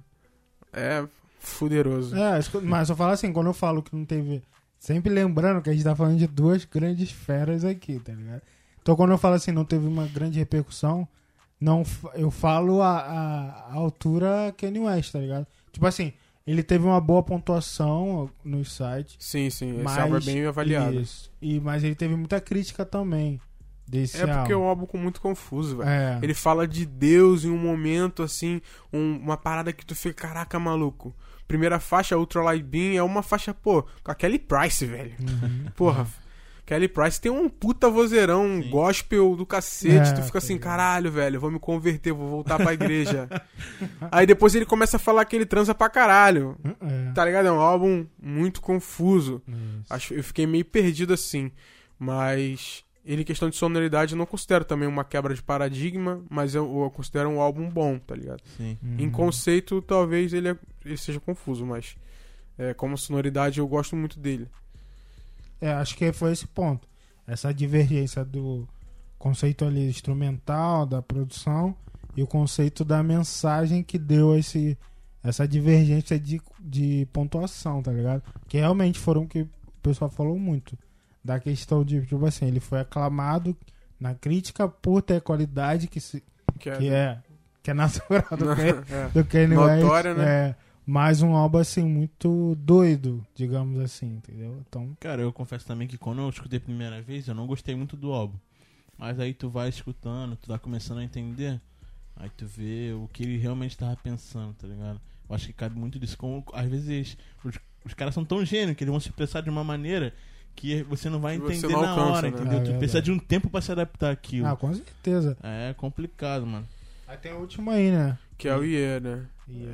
S1: É fuderoso.
S2: Mas eu falo assim, quando eu falo que não teve... Sempre lembrando que a gente tá falando de duas grandes feras aqui, tá ligado? Então quando eu falo assim, não teve uma grande repercussão, não, eu falo a altura Kanye West, tá ligado? Tipo assim, ele teve uma boa pontuação nos sites.
S1: Sim, esse
S2: mas,
S1: álbum é bem avaliado.
S2: Isso. Mas ele teve muita crítica também desse
S1: É porque é
S2: álbum.
S1: um álbum muito confuso, velho.
S2: É.
S1: Ele fala de Deus em um momento, assim, uma parada que tu fica, caraca, maluco. Primeira faixa, Ultra Light Beam, é uma faixa, pô, com a Kelly Price, velho.
S2: Uhum.
S1: Porra, Kelly Price tem um puta vozeirão, um gospel do cacete. Tu fica assim, caralho, velho, vou me converter, vou voltar pra igreja. Aí depois ele começa a falar que ele transa pra caralho. Tá ligado? É um álbum muito confuso. Eu fiquei meio perdido assim. Mas ele, em questão de sonoridade, eu não considero também uma quebra de paradigma, mas eu considero um álbum bom, tá ligado?
S3: Sim.
S1: Em conceito, talvez ele seja confuso, mas como sonoridade eu gosto muito dele.
S2: Acho que foi esse ponto. Essa divergência do conceito ali instrumental, da produção, e o conceito da mensagem que deu essa divergência de pontuação, tá ligado? Que realmente foram que o pessoal falou muito. Da questão de, tipo assim, ele foi aclamado na crítica por ter qualidade que é natural do Kanye West.
S1: Notória, né?
S2: Mais um álbum, assim, muito doido, digamos assim, entendeu? Então...
S3: Cara, eu confesso também que quando eu escutei a primeira vez, eu não gostei muito do álbum. Mas aí tu vai escutando, tu tá começando a entender, aí tu vê o que ele realmente tava pensando, tá ligado? Eu acho que cabe muito disso. Como, às vezes, os caras são tão gênios que eles vão se expressar de uma maneira que você não vai entender na
S1: alcança,
S3: hora,
S1: né?
S3: entendeu? Tu precisa de um tempo pra se adaptar àquilo.
S2: Ah, com certeza.
S3: É complicado, mano.
S2: Aí tem o último aí, né?
S1: Que é o Yeah, né?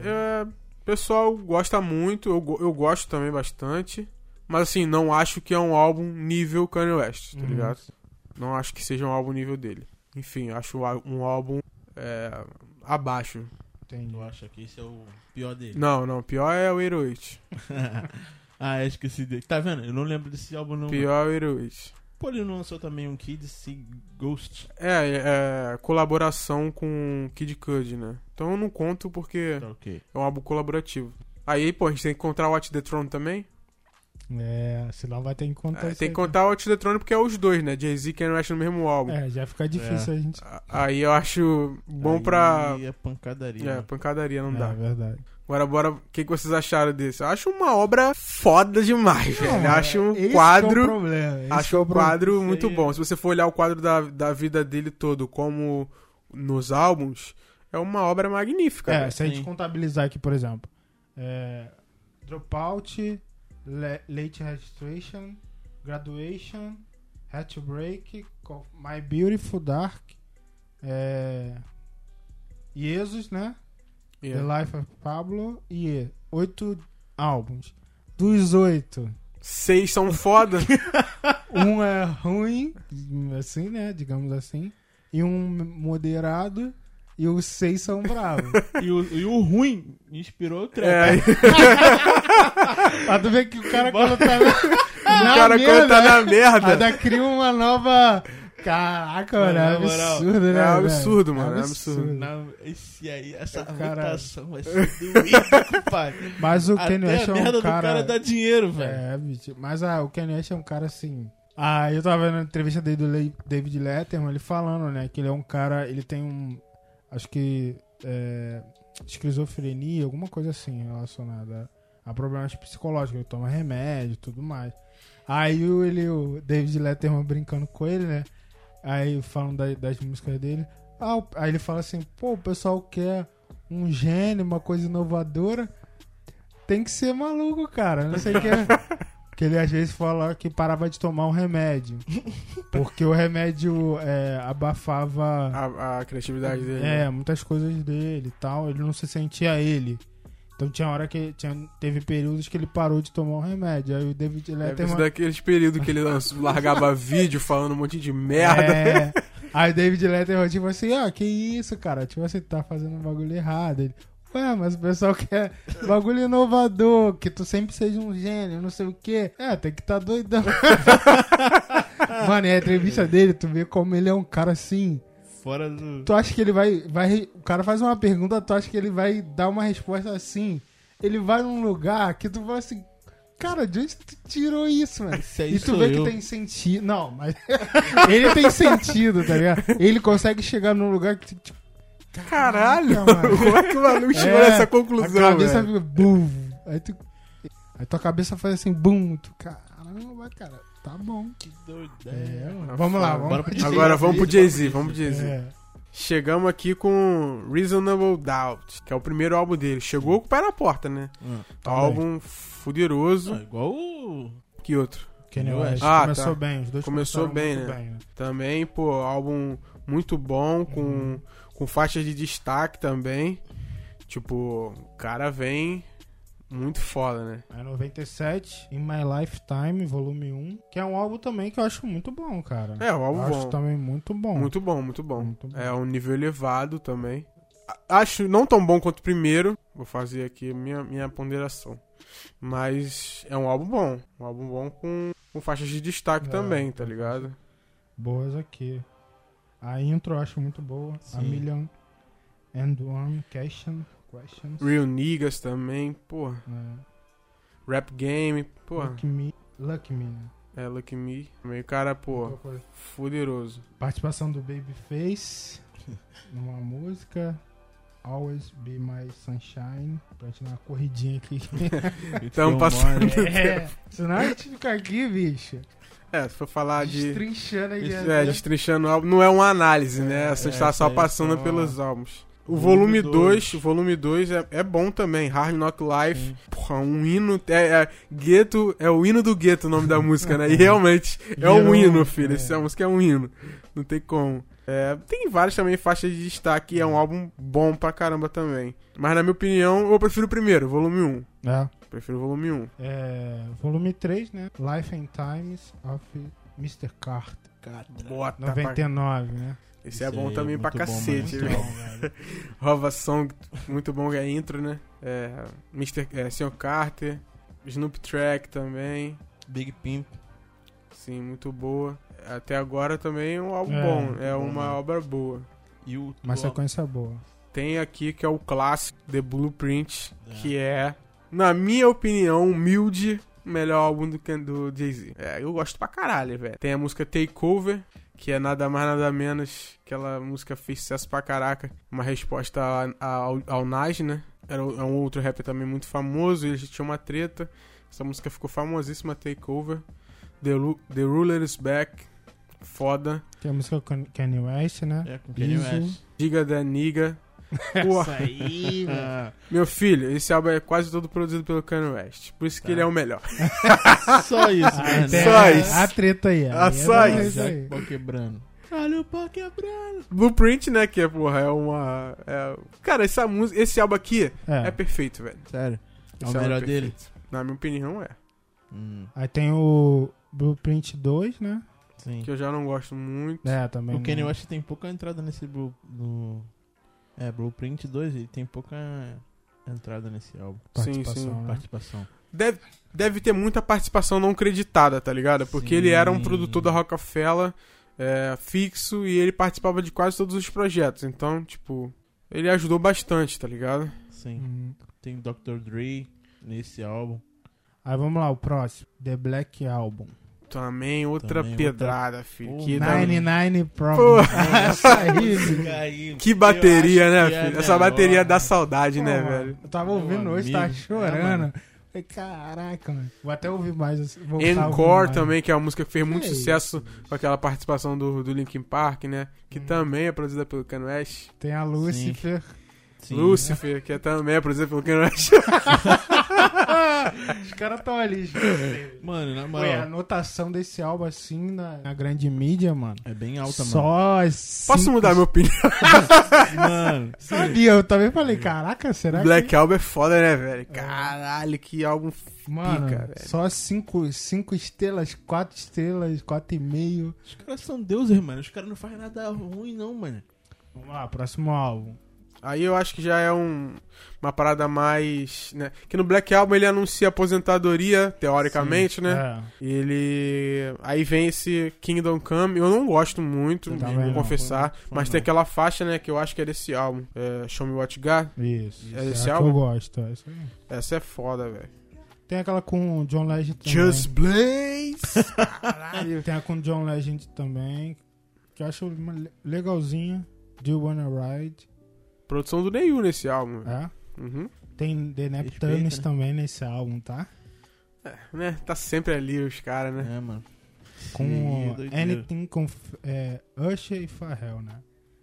S1: O pessoal gosta muito, eu gosto também bastante. Mas assim, não acho que é um álbum nível Kanye West, tá ligado? Não acho que seja um álbum nível dele. Enfim, acho um álbum abaixo.
S2: Entendi.
S3: Tu acha que esse é o pior dele?
S1: Não, pior é o 808.
S3: Ah, esqueci dele. Tá vendo? Eu não lembro desse álbum, não.
S1: Pior é o 808.
S3: Pô, ele não lançou também um Kids Ghost?
S1: Colaboração com Kid Cudi, né? Então eu não conto porque
S3: Tá ok.
S1: é um álbum colaborativo. Aí, pô, a gente tem que encontrar o Watch the Throne também.
S2: Senão vai ter que contar isso
S1: Tem
S2: aí,
S1: que contar o Watch the Throne porque é os dois, né? Jay-Z e Kanye West no mesmo álbum.
S2: já fica difícil a gente...
S1: Aí eu acho bom
S3: Aí
S1: pra...
S3: é pancadaria.
S1: pancadaria, não dá.
S2: É verdade.
S1: Agora, bora... O que vocês acharam desse? Eu acho uma obra foda demais, velho. Eu acho um
S2: esse
S1: quadro...
S2: que é o problema.
S1: Acho um quadro
S3: Isso
S1: muito
S3: aí.
S1: bom. Se você for olhar o quadro da vida dele todo como nos álbuns, é uma obra magnífica. velho.
S2: Se a gente
S3: Sim.
S2: contabilizar aqui, por exemplo, Dropout, Late Registration, Graduation, Heartbreak, My Beautiful Dark, Jesus, né?
S1: Yeah.
S2: The Life of Pablo e 8 álbuns. Dos 8,
S1: 6 são foda.
S2: um é ruim, assim, né? Digamos assim. E um moderado. E os 6 são bravos.
S3: E o ruim inspirou o trap.
S2: Pra tu ver que o cara quando tá
S1: Quando tá na merda.
S2: ainda cria uma nova Caraca, mano, é
S3: Na moral,
S2: absurdo, né?
S1: É
S2: velho?
S1: absurdo, mano, é absurdo.
S3: Não, esse aí, essa
S2: Cara-
S3: votação vai ser doída, pai.
S2: Mas o
S3: Até
S2: Kanye West
S3: a
S2: é
S3: merda
S2: um
S3: do cara dá dinheiro, velho.
S2: É, bicho. Mas o Kanye West é um cara assim. Eu tava vendo a entrevista dele do David Letterman, ele falando, né, que ele é um cara, ele tem acho que esquizofrenia, alguma coisa assim relacionada a problemas psicológicos, ele toma remédio e tudo mais. Aí o David Letterman brincando com ele, né, aí falando das músicas dele, aí ele fala assim, pô, o pessoal quer um gênio, uma coisa inovadora, tem que ser maluco, cara, não sei o que que ele às vezes fala que parava de tomar um remédio. Porque o remédio abafava
S1: A criatividade dele.
S2: muitas coisas dele e tal. Ele não se sentia ele. Então tinha hora que teve períodos que ele parou de tomar um remédio. Aí o David
S1: Deve ser
S2: Letterman...
S1: daqueles períodos que ele largava vídeo falando um monte de merda.
S2: Aí o David Letterman tipo assim, que isso, cara? Tipo assim, tá fazendo um bagulho errado. Ele... Ué, mas o pessoal quer bagulho inovador, que tu sempre seja um gênio, não sei o quê. Tem que tá doidão. Mano, e a entrevista dele, tu vê como ele é um cara assim.
S3: Fora do...
S2: Tu acha que ele vai. O cara faz uma pergunta, tu acha que ele vai dar uma resposta assim. Ele vai num lugar que tu fala assim. Cara, de onde tu tirou isso, mano? E tu vê que tem sentido. Não, mas. Ele tem sentido, tá ligado? Ele consegue chegar num lugar que tipo.
S1: Caralho,
S2: mano.
S1: como é que o maluco chegou nessa conclusão,
S2: A cabeça
S1: velho?
S2: fica bum. Aí tua cabeça faz assim, bum. Tu, caramba, cara, tá bom.
S3: Que doido.
S2: Mano. Vamos lá,
S3: Bora pro Jay-Z.
S1: Agora vamos pro Jay-Z, vamos pro Jay-Z.
S2: É.
S1: Chegamos aqui com Reasonable Doubt, que é o primeiro álbum dele. Chegou com o pé na porta, né? Álbum fuderoso.
S3: Igual o...
S1: Que outro?
S2: Kanye West começou bem, os dois
S1: Começou bem,
S2: muito
S1: né?
S2: bem, né?
S1: Também, pô, álbum muito bom, com faixas de destaque também. Tipo, o cara vem muito foda, né?
S2: Aí 97, In My Lifetime, volume 1, que é um álbum também que eu acho muito bom, cara.
S1: É, um álbum
S2: eu
S1: bom.
S2: acho também muito bom.
S1: Muito bom, muito bom.
S2: Muito bom.
S1: É um nível elevado também. Acho não tão bom quanto o primeiro. Vou fazer aqui minha ponderação. Mas é um álbum bom. Um álbum bom com faixas de destaque também, tá ligado?
S2: Boas aqui. A intro eu acho muito boa.
S3: Sim.
S2: A Million and One Questions.
S1: Real Niggas também, pô. Rap Game, pô.
S2: Lucky Me.
S1: É, Lucky Me. Meio cara, pô, fuderoso.
S2: Participação do Babyface numa música. Always Be My Sunshine. Pra gente dar uma corridinha aqui.
S1: Então, passando.
S2: Senão a gente fica aqui, bicho.
S1: Se for falar de.
S2: Destrinchando aí.
S1: Destrinchando o álbum. Não é uma análise, né? A gente tá só passando pelos álbuns. O volume 2 é bom também. Hard Knock Life. Porra, um hino. Gueto, é o hino do Gueto o nome da música, né? E realmente é um hino, filho. Essa música é um hino. Não tem como. Tem várias também faixas de destaque. É um álbum bom pra caramba também. Mas na minha opinião, eu prefiro o primeiro, volume 1. Prefiro o volume 1.
S2: Volume 3, né? Life and Times of Mr. Carter.
S1: Bota
S2: 99, né?
S1: Esse é bom também pra
S3: bom,
S1: cacete,
S3: mano.
S1: velho. Rova Song, muito bom, é a intro, né? Sr. Carter, Snoop Track também.
S3: Big Pimp.
S1: Sim, muito boa. Até agora também é um álbum bom, é uma obra boa.
S3: E
S2: uma sequência boa.
S1: Tem aqui que é o clássico The Blueprint, que é, na minha opinião, humilde, o melhor álbum do Jay-Z. Eu gosto pra caralho, velho. Tem a música Takeover, que é nada mais nada menos, aquela música fez sucesso pra caraca, uma resposta ao Nas, né? É um outro rapper também muito famoso, eles tinham uma treta, essa música ficou famosíssima, Takeover. The Ruler is Back, foda.
S2: Tem a música com Kanye West, né?
S3: Com Kanye West.
S1: Diga da Niga.
S2: Isso aí, velho.
S1: Meu filho, esse álbum é quase todo produzido pelo Kanye West. Por isso que ele é o melhor.
S3: Só isso, mano.
S1: Só isso.
S2: A treta aí.
S1: Só isso.
S3: Pau quebrando. Olha o pau quebrando.
S1: Blueprint, né? Que é uma... Cara, esse álbum aqui é perfeito, velho.
S3: Sério? É o
S1: Esse
S3: melhor
S1: álbum
S3: dele?
S1: Na minha opinião, é.
S2: Aí tem o Blueprint 2, né?
S3: Sim.
S1: Que eu já não gosto muito.
S2: Também.
S3: O Kanye West tem pouca entrada nesse Blueprint 2, ele tem pouca entrada nesse álbum.
S2: Participação,
S1: sim.
S2: né?
S3: Participação.
S1: Deve ter muita participação não creditada, tá ligado? Porque ele era um produtor da Rockefeller, fixo e ele participava de quase todos os projetos. Então, tipo, ele ajudou bastante, tá ligado?
S3: Sim. Tem Dr. Dre nesse álbum.
S2: Aí vamos lá, o próximo. The Black Album.
S1: Também outra pedrada, filho.
S3: Pô,
S1: Que
S2: 99 Problems. Essa aí,
S1: Que bateria, né, filho? Essa bateria dá saudade, né,
S2: Pô,
S1: velho?
S2: Eu tava ouvindo hoje, tava chorando. Falei, caraca, mano. Vou até ouvir mais.
S1: Encore também, que é uma música que fez muito sucesso com aquela participação do Linkin Park, né? Que também é produzida pelo Kanye West.
S2: Tem a Lucifer.
S3: Sim.
S1: Lucifer, que também é produzida pelo Kanye West.
S2: Os caras tão ali.
S3: Mano, na
S2: Ué, a
S3: moral,
S2: anotação desse álbum assim na grande mídia, mano.
S3: é bem alta, mano.
S2: Só
S1: Posso mudar minha opinião?
S3: Mano,
S2: Sabia, eu também falei, caraca, será
S1: Black
S2: que...
S1: Album é foda, né, velho? Caralho, que álbum
S2: Mano,
S1: pica, velho.
S2: só 5 estrelas, 4 estrelas, 4,5.
S3: os caras são deuses, mano. Os caras não fazem nada ruim, não, mano.
S2: Vamos lá, próximo álbum.
S1: Aí eu acho que já é uma parada mais, né? Que no Black Album ele anuncia aposentadoria, teoricamente, né?
S2: É.
S1: E ele... Aí vem esse Kingdom Come. Eu não gosto muito,
S2: Também
S1: vou
S2: não,
S1: confessar.
S3: foi
S1: Mas
S3: não.
S1: tem aquela faixa, né? Que eu acho que é desse álbum. Show Me What You Got.
S2: Isso.
S1: É esse
S2: que
S1: álbum?
S2: eu gosto. É isso aí.
S1: Essa é foda, velho.
S2: Tem aquela com o John Legend também.
S1: Just Blaze! Caralho.
S2: Tem a com o John Legend também, que eu acho legalzinha. Do You Wanna Ride?
S1: Produção do Neil nesse álbum.
S2: É.
S1: Uhum.
S2: Tem The
S3: Respeita,
S2: Neptunes
S3: né?
S2: também nesse álbum, tá?
S1: Né? Tá sempre ali os caras, né?
S3: É, mano.
S2: Com
S3: Sim, doideira.
S2: Anything com Usher e Pharrell, né?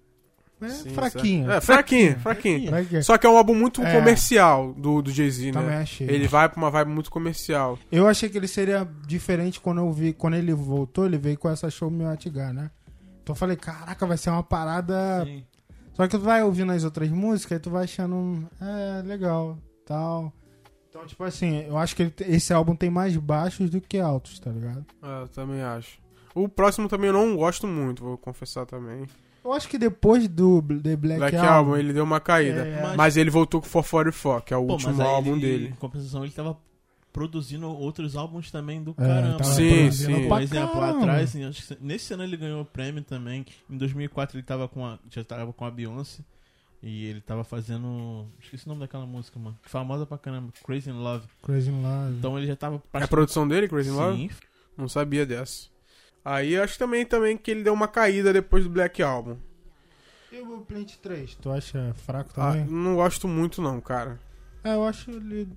S2: É
S1: Sim,
S2: fraquinho.
S1: É, fraquinho.
S2: Fraquinho.
S1: Só que é um álbum muito
S2: É.
S1: comercial do Jay-Z,
S2: Também
S1: né?
S2: achei.
S1: Ele vai pra uma vibe muito comercial.
S2: Eu achei que ele seria diferente quando eu vi. Quando ele voltou, ele veio com essa Show Me What You Got, né? Então eu falei, caraca, vai ser uma parada.
S3: Sim.
S2: Só que tu vai ouvindo as outras músicas e tu vai achando, legal, tal. Então, tipo assim, eu acho que esse álbum tem mais baixos do que altos, tá ligado?
S1: Eu também acho. O próximo também eu não gosto muito, vou confessar também.
S2: Eu acho que depois do The Black
S1: Album
S2: Album,
S1: ele deu uma caída. Mas ele voltou com 444, que é o
S3: Pô,
S1: último
S3: mas aí
S1: álbum
S3: ele,
S1: dele.
S3: Em compensação, ele tava produzindo outros álbuns também do
S2: tava
S3: caramba.
S1: Sim,
S2: produzindo
S1: sim.
S2: pra
S3: Por exemplo, lá
S2: caramba.
S3: atrás, assim, acho que nesse ano ele ganhou o prêmio também. Em 2004 ele já tava com a Beyoncé. E ele tava fazendo... Esqueci o nome daquela música, mano. Famosa pra caramba. Crazy in Love.
S2: Crazy in Love.
S3: Então ele já tava...
S1: É a produção dele, Crazy in Love?
S3: Sim.
S1: Não sabia dessa. Aí eu acho também que ele deu uma caída depois do Black Album.
S2: E o Blueprint 3, tu acha fraco também?
S1: Não gosto muito não, cara.
S2: Eu acho ele...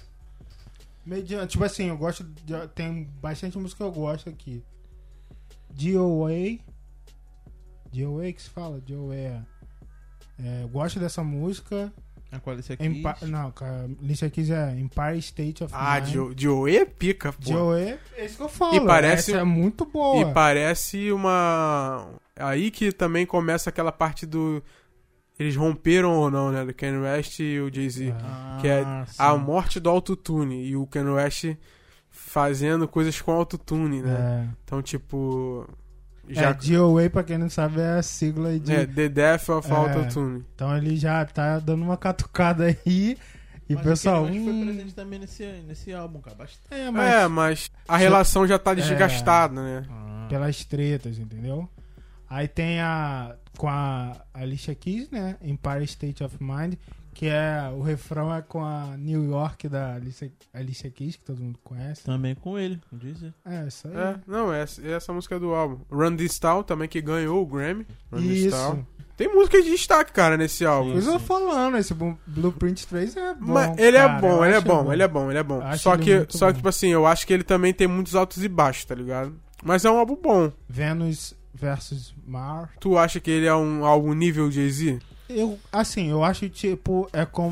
S2: mediano. Tipo assim, eu gosto... Tem bastante música que eu gosto aqui. DOA. DOA que se fala? DOA. Eu gosto dessa música.
S3: A qual esse aqui?
S2: Não, a Alicia Keys é Empire State of Mind.
S1: Joe é pica, pô.
S2: DOA, é isso que eu falo.
S1: E parece-
S2: Essa é muito boa.
S1: E parece uma... Aí que também começa aquela parte do... Eles romperam ou não, né? Do Kanye West e o Jay-Z. Que é a morte do autotune. E o Kanye West fazendo coisas com autotune, né? Então, tipo...
S2: DOA, pra quem não sabe, é a sigla de...
S1: The Death of Autotune.
S2: Então ele já tá dando uma catucada aí. E o
S3: Mas
S2: pessoal...
S3: o Kanye West foi presente também nesse álbum, cara. Bastante.
S1: Mas a relação já tá desgastada, né?
S2: Pelas tretas, entendeu? Aí tem com a Alicia Keys, né? Empire State of Mind, que o refrão é com a New York da Alicia Keys, que todo mundo conhece.
S3: Também com ele, não diz?
S2: Isso aí.
S1: Essa música do álbum. Run This Town também, que ganhou o Grammy. Run This
S2: Isso.
S1: Town. Tem músicas de destaque, cara, nesse álbum.
S2: Coisa eu falando, esse Blueprint 3 é bom.
S1: Mas ele é
S2: cara,
S1: bom,
S2: eu
S1: ele é
S2: acho
S1: bom, ele é bom, ele é bom.
S2: Acho
S1: Só
S2: ele
S1: que,
S2: muito bom.
S1: tipo assim, eu acho que ele também tem muitos altos e baixos, tá ligado? Mas é um álbum bom.
S2: Venus versus Mars.
S1: Tu acha que ele é um álbum nível Jay-Z?
S2: Eu acho tipo,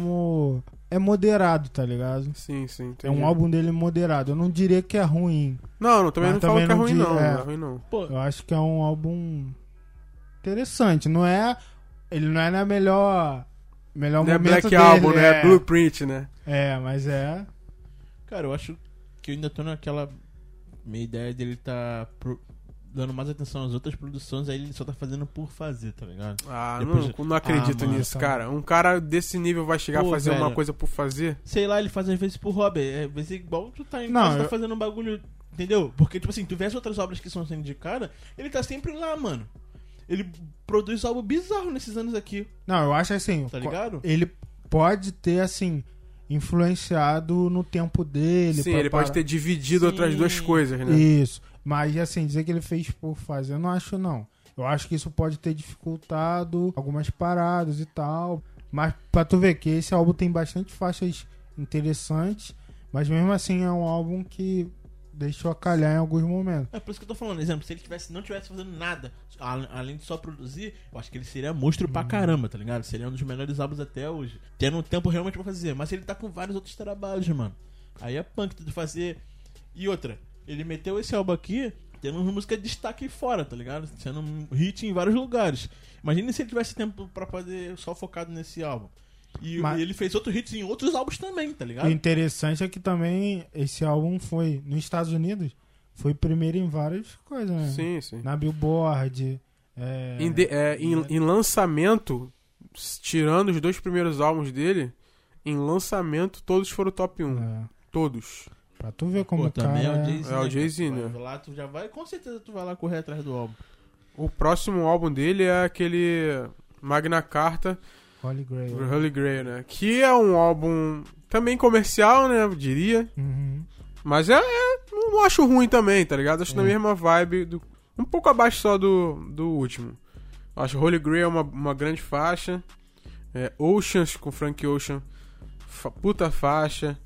S2: é moderado, tá ligado?
S1: Sim, entendi.
S2: É um álbum dele moderado. Eu não diria que é ruim.
S1: Não, também
S2: Mas
S1: não falo
S2: também
S1: que é
S2: não
S1: ruim,
S2: diz-
S1: não.
S2: é.
S1: Não é ruim, não.
S3: Pô,
S2: Eu acho que é um álbum interessante. Não é... Ele não é na melhor
S1: Não é
S2: momento
S1: Black
S2: dele.
S1: Album, né? É Blueprint, né?
S2: Mas é...
S3: cara, eu acho que eu ainda tô naquela minha ideia dele tá dando mais atenção às outras produções, aí ele só tá fazendo por fazer, tá ligado? Depois
S1: Não acredito
S3: mano,
S1: nisso,
S2: tá.
S1: cara. Um cara desse nível vai chegar a fazer
S3: velho.
S1: uma coisa por fazer?
S3: Sei lá, ele faz às vezes por hobby. Às vezes igual tu tá em
S2: Não,
S3: casa, tá
S2: eu-
S3: fazendo um bagulho Entendeu? Porque, tipo assim, tu vê as outras obras que são sendo indicadas, ele tá sempre lá, mano. Ele produz algo bizarro nesses anos aqui,
S2: Não, eu acho assim.
S3: tá ligado?
S2: Ele pode ter, assim, influenciado no tempo dele.
S1: Sim, ele pode ter dividido
S3: Sim.
S1: outras duas coisas, né?
S2: Isso. Mas, assim, dizer que ele fez por fazer, eu não acho, não. Eu acho que isso pode ter dificultado algumas paradas e tal. Mas pra tu ver que esse álbum tem bastante faixas interessantes, mas mesmo assim é um álbum que deixou a calhar em alguns momentos.
S3: É por isso que eu tô falando, exemplo, se ele não tivesse fazendo nada, além de só produzir, eu acho que ele seria monstro pra caramba, tá ligado? Seria um dos melhores álbuns até hoje. Tendo um tempo realmente pra fazer. Mas ele tá com vários outros trabalhos, mano. Aí é punk de fazer. E outra, ele meteu esse álbum aqui tendo uma música de destaque fora, tá ligado? Sendo um hit em vários lugares. Imagina se ele tivesse tempo pra fazer só focado nesse álbum. E ele fez outros hits em outros álbuns também, tá ligado?
S2: O interessante é que também esse álbum foi, nos Estados Unidos, foi primeiro em várias coisas, né?
S1: Sim, sim.
S2: Na Billboard.
S1: Em lançamento, tirando os 2 primeiros álbuns dele, em lançamento todos foram top 1.
S2: É,
S1: Todos.
S2: pra tu ver como
S3: Pô,
S2: o cara
S3: também é o
S2: é...
S3: Jay-Z,
S1: É o
S3: né,
S1: Jay-Z,
S3: cara?
S1: né?
S3: Tu vai lá, tu já vai, com certeza tu vai lá correr atrás do álbum.
S1: O próximo álbum dele é aquele Magna Carta,
S2: Holy Grail.
S1: Holy Grail, né? Que é um álbum também comercial, né? Eu diria.
S2: Uhum.
S1: Mas não acho ruim também, tá ligado? Acho na mesma vibe, um pouco abaixo só do último. Acho Holy Grail uma grande faixa. Oceans com Frank Ocean, puta faixa.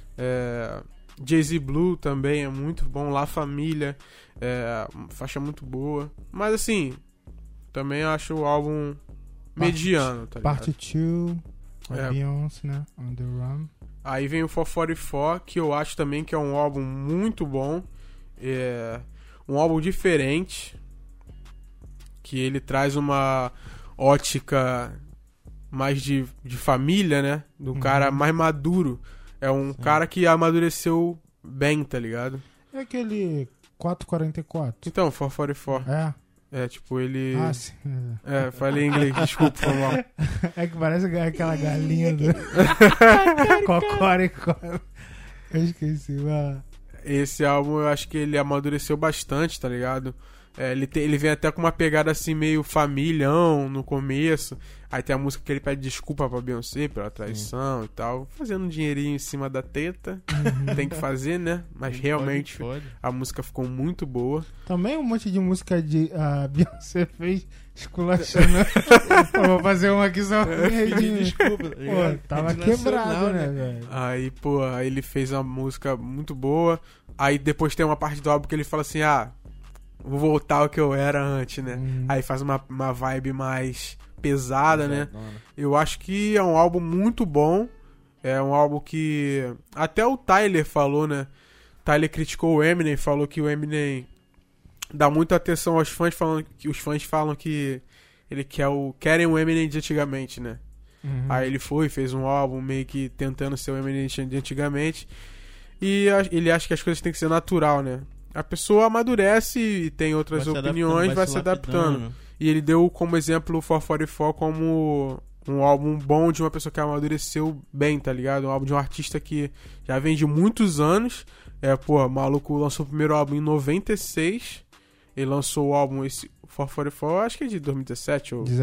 S1: Jay-Z Blue também é muito bom. La Família, faixa muito boa. Mas assim, também acho o álbum mediano, tá ligado?
S2: Parte 2, a Beyoncé, né? On the Run.
S1: Aí vem o 444, que eu acho também que é um álbum muito bom. É um álbum diferente, que ele traz uma ótica mais de família, né? Do cara mais maduro. É um cara que amadureceu bem, tá ligado?
S2: É aquele 444.
S1: Então, 444. Tipo, ele...
S2: Ah, sim.
S1: Falei em inglês, desculpa, foi mal.
S2: É que parece aquela galinha do... Cocoricó. Eu esqueci, mano.
S1: Esse álbum eu acho que ele amadureceu bastante, tá ligado? Ele vem até com uma pegada assim meio familhão no começo. Aí tem a música que ele pede desculpa pra Beyoncé pela traição e tal. Fazendo um dinheirinho em cima da teta. Tem que fazer, né? Mas realmente
S3: Pode.
S1: a música ficou muito boa.
S2: Também um monte de música de a Beyoncé fez esculachando. Pô, vou fazer uma aqui só.
S3: Desculpa.
S2: Pô, tava quebrado, né, velho?
S1: Aí, pô, aí ele fez uma música muito boa. Aí depois tem uma parte do álbum que ele fala assim, vou voltar ao que eu era antes, né? Aí faz uma vibe mais pesada, né? Eu acho que é um álbum muito bom. É um álbum que até o Tyler falou, né? Tyler criticou o Eminem, falou que o Eminem dá muita atenção aos fãs, falando que os fãs falam que ele querem o Eminem de antigamente, né? Aí ele fez um álbum meio que tentando ser o Eminem de antigamente. E ele acha que as coisas têm que ser natural, né? A pessoa amadurece e tem outras opiniões, vai se adaptando. E ele deu como exemplo o 444 como um álbum bom de uma pessoa que amadureceu bem, tá ligado? Um álbum de um artista que já vem de muitos anos. O maluco lançou o primeiro álbum em 96. Ele lançou o álbum, esse 444, acho que é de 2017 ou...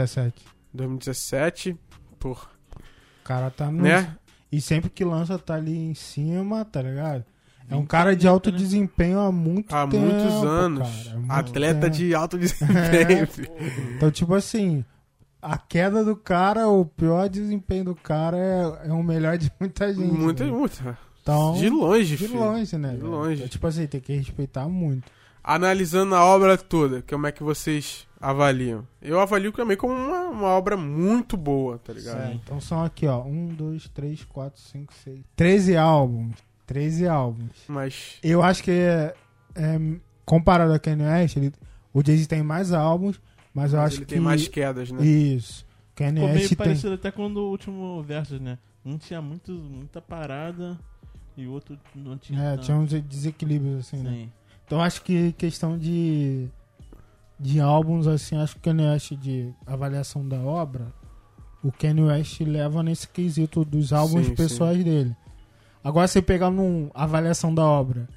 S1: 2017. Pô.
S2: O cara tá no...
S1: Né?
S2: E sempre que lança tá ali em cima, tá ligado? É um cara de alto desempenho há muito tempo.
S1: Há muitos anos.
S2: Cara, muito
S1: Atleta
S2: tempo.
S1: de alto desempenho.
S2: Então, tipo assim, a queda do cara, o pior desempenho do cara é o melhor de muita gente.
S1: Muita.
S2: Então,
S1: De longe,
S2: de
S1: filho.
S2: longe, né?
S1: De
S2: velho?
S1: longe.
S2: Então, tipo assim, tem que respeitar muito.
S1: Analisando a obra toda, como é que vocês avaliam? Eu avalio também como uma obra muito boa, tá ligado?
S2: Então são aqui, ó. 1, 2, 3, 4, 5, 6. 13 álbuns. 13 álbuns.
S1: Mas
S2: Eu acho que comparado a Kanye West, o Jay-Z tem mais álbuns, mas eu acho
S1: ele
S2: que...
S1: tem mais quedas, né?
S2: Isso. Kanye
S3: Ficou meio
S2: West tem...
S3: parecido até quando o último Versus, né? Um tinha muita parada e o outro não tinha tanto.
S2: tinha uns desequilíbrios, assim, né?
S3: Sim.
S2: Então acho que questão de álbuns, assim, acho que o Kanye West, de avaliação da obra, o Kanye West leva nesse quesito dos álbuns
S1: Sim,
S2: pessoais dele. Agora, se pegar numa avaliação da obra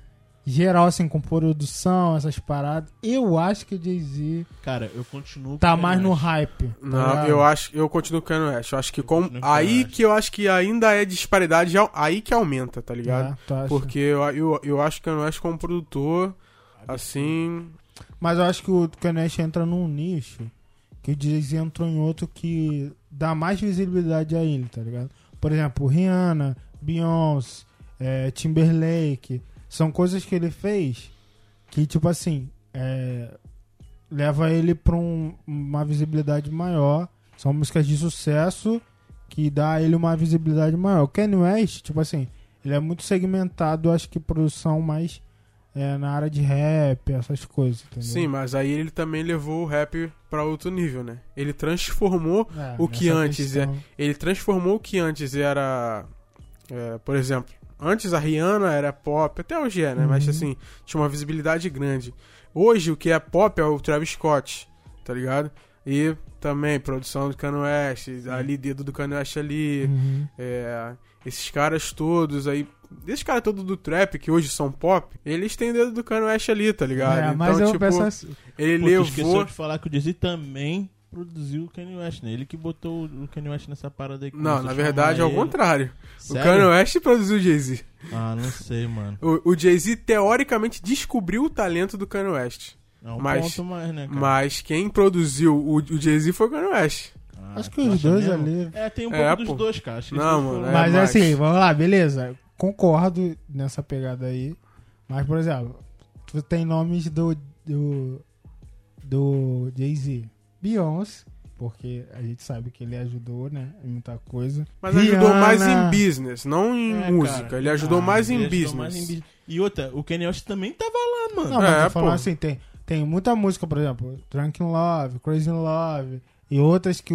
S2: geral, assim, com produção, essas paradas, eu acho que o Jay-Z
S3: Cara, eu continuo
S2: tá
S3: com
S2: mais
S3: Kanye
S2: no
S3: West.
S2: hype. tá
S1: Não,
S2: ligado?
S1: eu continuo com o Kanye West. Eu acho que
S3: continuo com o
S1: aí
S3: Kanye West.
S1: que eu acho que ainda é disparidade, aí que aumenta, tá ligado?
S2: Tu acha?
S1: Porque eu acho que o Kanye West como produtor, assim...
S2: Mas eu acho que o Kanye West entra num nicho que o Jay-Z entrou em outro que dá mais visibilidade a ele, tá ligado? Por exemplo, Rihanna, Beyoncé, Timberlake, são coisas que ele fez que, tipo assim, leva ele pra uma visibilidade maior. São músicas de sucesso que dá a ele uma visibilidade maior. O Kanye West, tipo assim, ele é muito segmentado, acho que produção mais na área de rap, essas coisas, entendeu?
S1: Sim, mas aí ele também levou o rap pra outro nível, né? Ele transformou o que
S2: nessa
S1: antes
S2: questão.
S1: ele transformou o que antes era, por exemplo, antes a Rihanna era pop, até hoje é, né? Mas assim, tinha uma visibilidade grande. Hoje o que é pop é o Travis Scott, tá ligado? E também produção do Kanye West, ali dedo do Kanye West ali, esses caras todos aí, esses caras todos do trap que hoje são pop, eles têm dedo do Kanye West ali, tá ligado?
S2: Mas
S1: então,
S2: eu
S1: tipo,
S2: penso assim,
S1: ele
S3: Pô, tu
S1: levou...
S3: esqueceu de falar que o Jay-Z também produziu o Kanye West, né? Ele que botou o Kanye West nessa parada aí. que
S1: Não,
S3: começou
S1: na
S3: a
S1: verdade é
S3: chamar
S1: o
S3: ele.
S1: contrário.
S3: Sério?
S1: O Kanye West produziu o Jay-Z.
S3: Ah, não sei, mano.
S1: O Jay-Z teoricamente descobriu o talento do Kanye West.
S3: É um
S1: Mas-
S3: ponto mais, né, cara?
S1: Mas quem produziu o Jay-Z foi o Kanye West.
S3: Ah,
S2: acho que
S3: tu
S2: os
S3: acha
S2: dois
S3: mesmo?
S2: ali...
S3: Tem um
S1: É,
S3: pouco dos
S1: pô.
S3: dois, cara. Acho que
S1: Não,
S3: eles
S1: mano,
S3: foram-
S2: Mas
S1: mais.
S2: assim, vamos lá, beleza. Concordo nessa pegada aí. Mas, por exemplo, tu tem nomes do Jay-Z. Beyoncé, porque a gente sabe que ele ajudou, né? Em muita coisa.
S1: Mas ajudou mais em
S2: Rihanna.
S1: business, não em música.
S3: cara.
S1: Ele ajudou mais em
S3: Ele ajudou
S1: business.
S3: mais em business. E outra, o Kanye West também tava lá, mano.
S2: Não, mas tô falando
S1: pô.
S2: assim, tem muita música, por exemplo, Drunk in Love, Crazy in Love, e outras que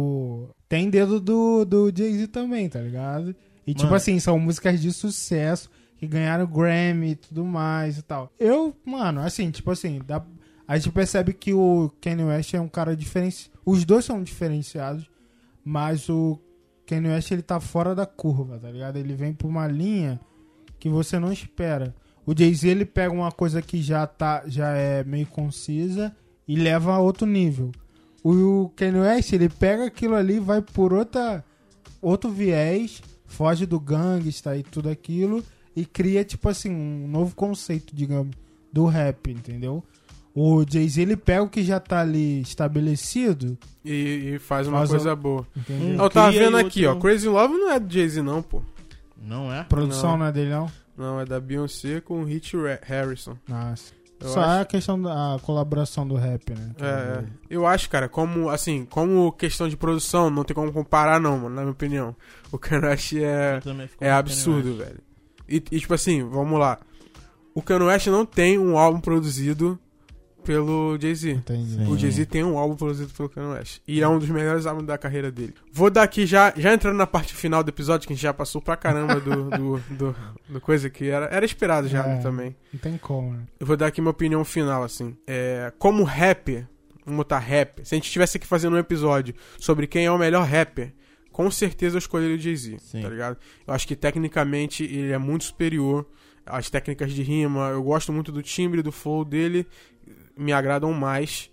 S2: tem dedo do Jay-Z também, tá ligado? E tipo
S3: Mano.
S2: assim, são músicas de sucesso que ganharam Grammy e tudo mais e tal. Mano, assim, tipo assim, a gente percebe que o Kanye West é um cara diferenciado. Os dois são diferenciados, mas o Kanye West, ele tá fora da curva, tá ligado? Ele vem por uma linha que você não espera. O Jay-Z, ele pega uma coisa que já é meio concisa e leva a outro nível. O Kanye West, ele pega aquilo ali e vai por outro viés, foge do gangsta e tudo aquilo e cria, tipo assim, um novo conceito, digamos, do rap, entendeu? O Jay-Z, ele pega o que já tá ali estabelecido,
S1: E faz uma
S2: Faz
S1: coisa boa.
S2: entendeu?
S3: Um
S1: Eu tava
S3: cria
S1: vendo
S3: e
S1: aqui,
S3: outro-
S1: ó. Crazy Love não é do Jay-Z, não, pô.
S3: Não é?
S2: Produção não é dele, não?
S1: Não, é da Beyoncé com o Hit Harrison.
S2: Nossa.
S1: Eu
S2: Só
S1: acho-
S2: é a questão da colaboração do rap, né?
S1: Eu acho, cara, como questão de produção, não tem como comparar, não, mano, na minha opinião. O Kanye West
S3: Eu também fico
S1: é
S3: com o
S1: absurdo,
S3: Kanye West.
S1: velho. E, tipo assim, vamos lá. O Kanye West não tem um álbum produzido pelo Jay-Z.
S2: Entendi.
S3: Sim.
S1: O Jay-Z tem um álbum produzido pelo Kanye West. E é um dos melhores álbuns da carreira dele. Vou dar aqui, já entrando na parte final do episódio, que a gente já passou pra caramba do coisa que era esperado já também.
S2: Não tem como, né?
S1: Eu vou dar aqui minha opinião final, assim. Como rapper, vamos botar rapper. Se a gente tivesse aqui fazendo um episódio sobre quem é o melhor rapper, com certeza eu escolheria o Jay-Z,
S3: Sim.
S1: tá ligado? Eu acho que tecnicamente ele é muito superior às técnicas de rima. Eu gosto muito do timbre, do flow dele, me agradam mais.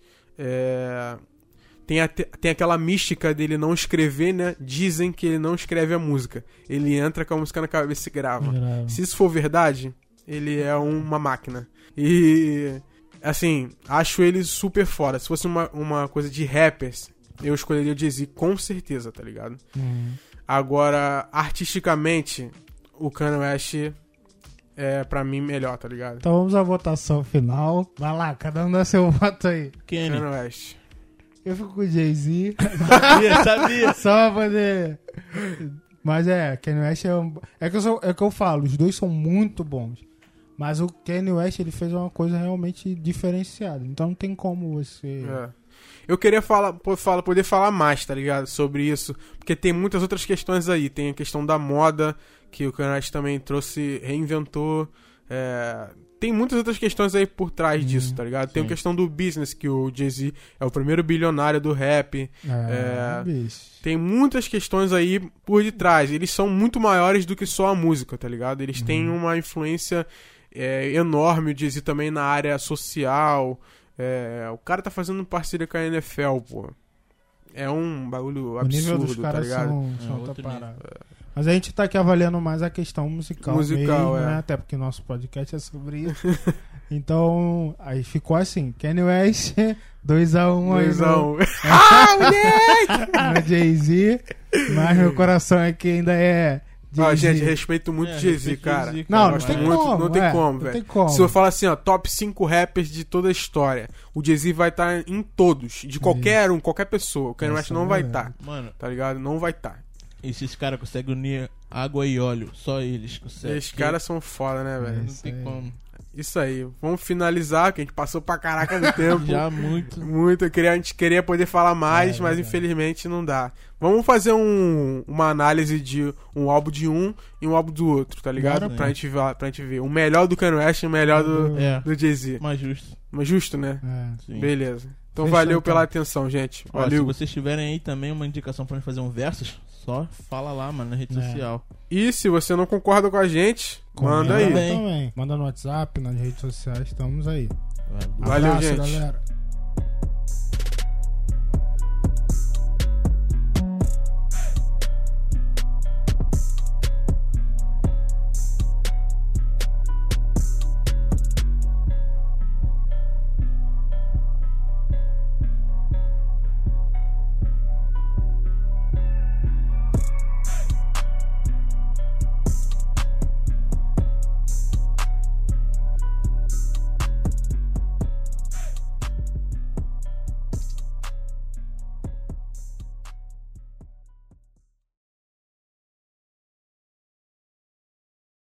S1: Tem aquela mística dele não escrever, né? Dizem que ele não escreve a música. Ele entra com a música na cabeça e grava. Se isso for verdade, ele é uma máquina. E, assim, acho ele super foda. Se fosse uma coisa de rappers, eu escolheria o Jay-Z com certeza, tá ligado? Agora, artisticamente, o Kanye West é, pra mim, melhor, tá ligado?
S2: Então vamos à votação final. Vai lá, cada um dá seu voto aí.
S3: Kanye.
S1: Kanye West.
S2: Eu fico com o Jay-Z.
S3: Sabia.
S2: Só pra poder... Mas Kanye West é que eu falo, os dois são muito bons. Mas o Kanye West, ele fez uma coisa realmente diferenciada. Então não tem como você...
S1: Eu queria poder falar mais, tá ligado? Sobre isso. Porque tem muitas outras questões aí. Tem a questão da moda, que o Kanye West também trouxe, reinventou. Tem muitas outras questões aí por trás disso, tá ligado? Tem a
S3: Sim.
S1: questão do business, que o Jay-Z é o primeiro bilionário do rap.
S2: bicho.
S1: Tem muitas questões aí por detrás. Eles são muito maiores do que só a música, tá ligado? Eles têm uma influência enorme. O Jay-Z também na área social. O cara tá fazendo parceria com a NFL, pô. É um bagulho absurdo,
S2: o nível dos
S1: tá
S2: caras
S1: ligado?
S2: são outra parada. Mas a gente tá aqui avaliando mais a questão musical mesmo, né? Até porque nosso podcast é sobre isso. Então, aí ficou assim, Kanye West, 2-1
S1: 2-1.
S2: no Jay-Z, mas meu coração aqui ainda é
S1: gente, respeito muito o Jay-Z, cara.
S2: Não tem como.
S1: Não tem como, velho. Se eu falar assim, ó, top 5 rappers de toda a história, o Jay-Z vai estar em todos, de qualquer qualquer pessoa. O Kanye West não vai estar.
S3: Mano,
S1: tá ligado? Não vai estar.
S3: E esses caras conseguem unir água e óleo, só eles conseguem.
S1: Esses caras são foda, né, velho?
S3: Não tem como.
S1: Isso aí, vamos finalizar, que a gente passou pra caraca do tempo.
S3: Já muito.
S1: A gente queria poder falar mais, mas infelizmente não dá. Vamos fazer uma análise de um álbum de um e um álbum do outro, tá ligado? Pra gente ver. O melhor do Kanye West e o melhor do Jay-Z.
S3: Mais justo.
S1: Mais justo, né?
S3: Sim.
S1: Beleza. Então valeu pela atenção, gente. Valeu.
S3: Se vocês tiverem aí também uma indicação pra gente fazer um versus, só fala lá, mano, na rede social.
S1: E se você não concorda com a gente, manda aí.
S2: Também. Manda no WhatsApp, nas redes sociais, estamos aí.
S1: Valeu,
S2: Abraço,
S1: gente.
S2: galera.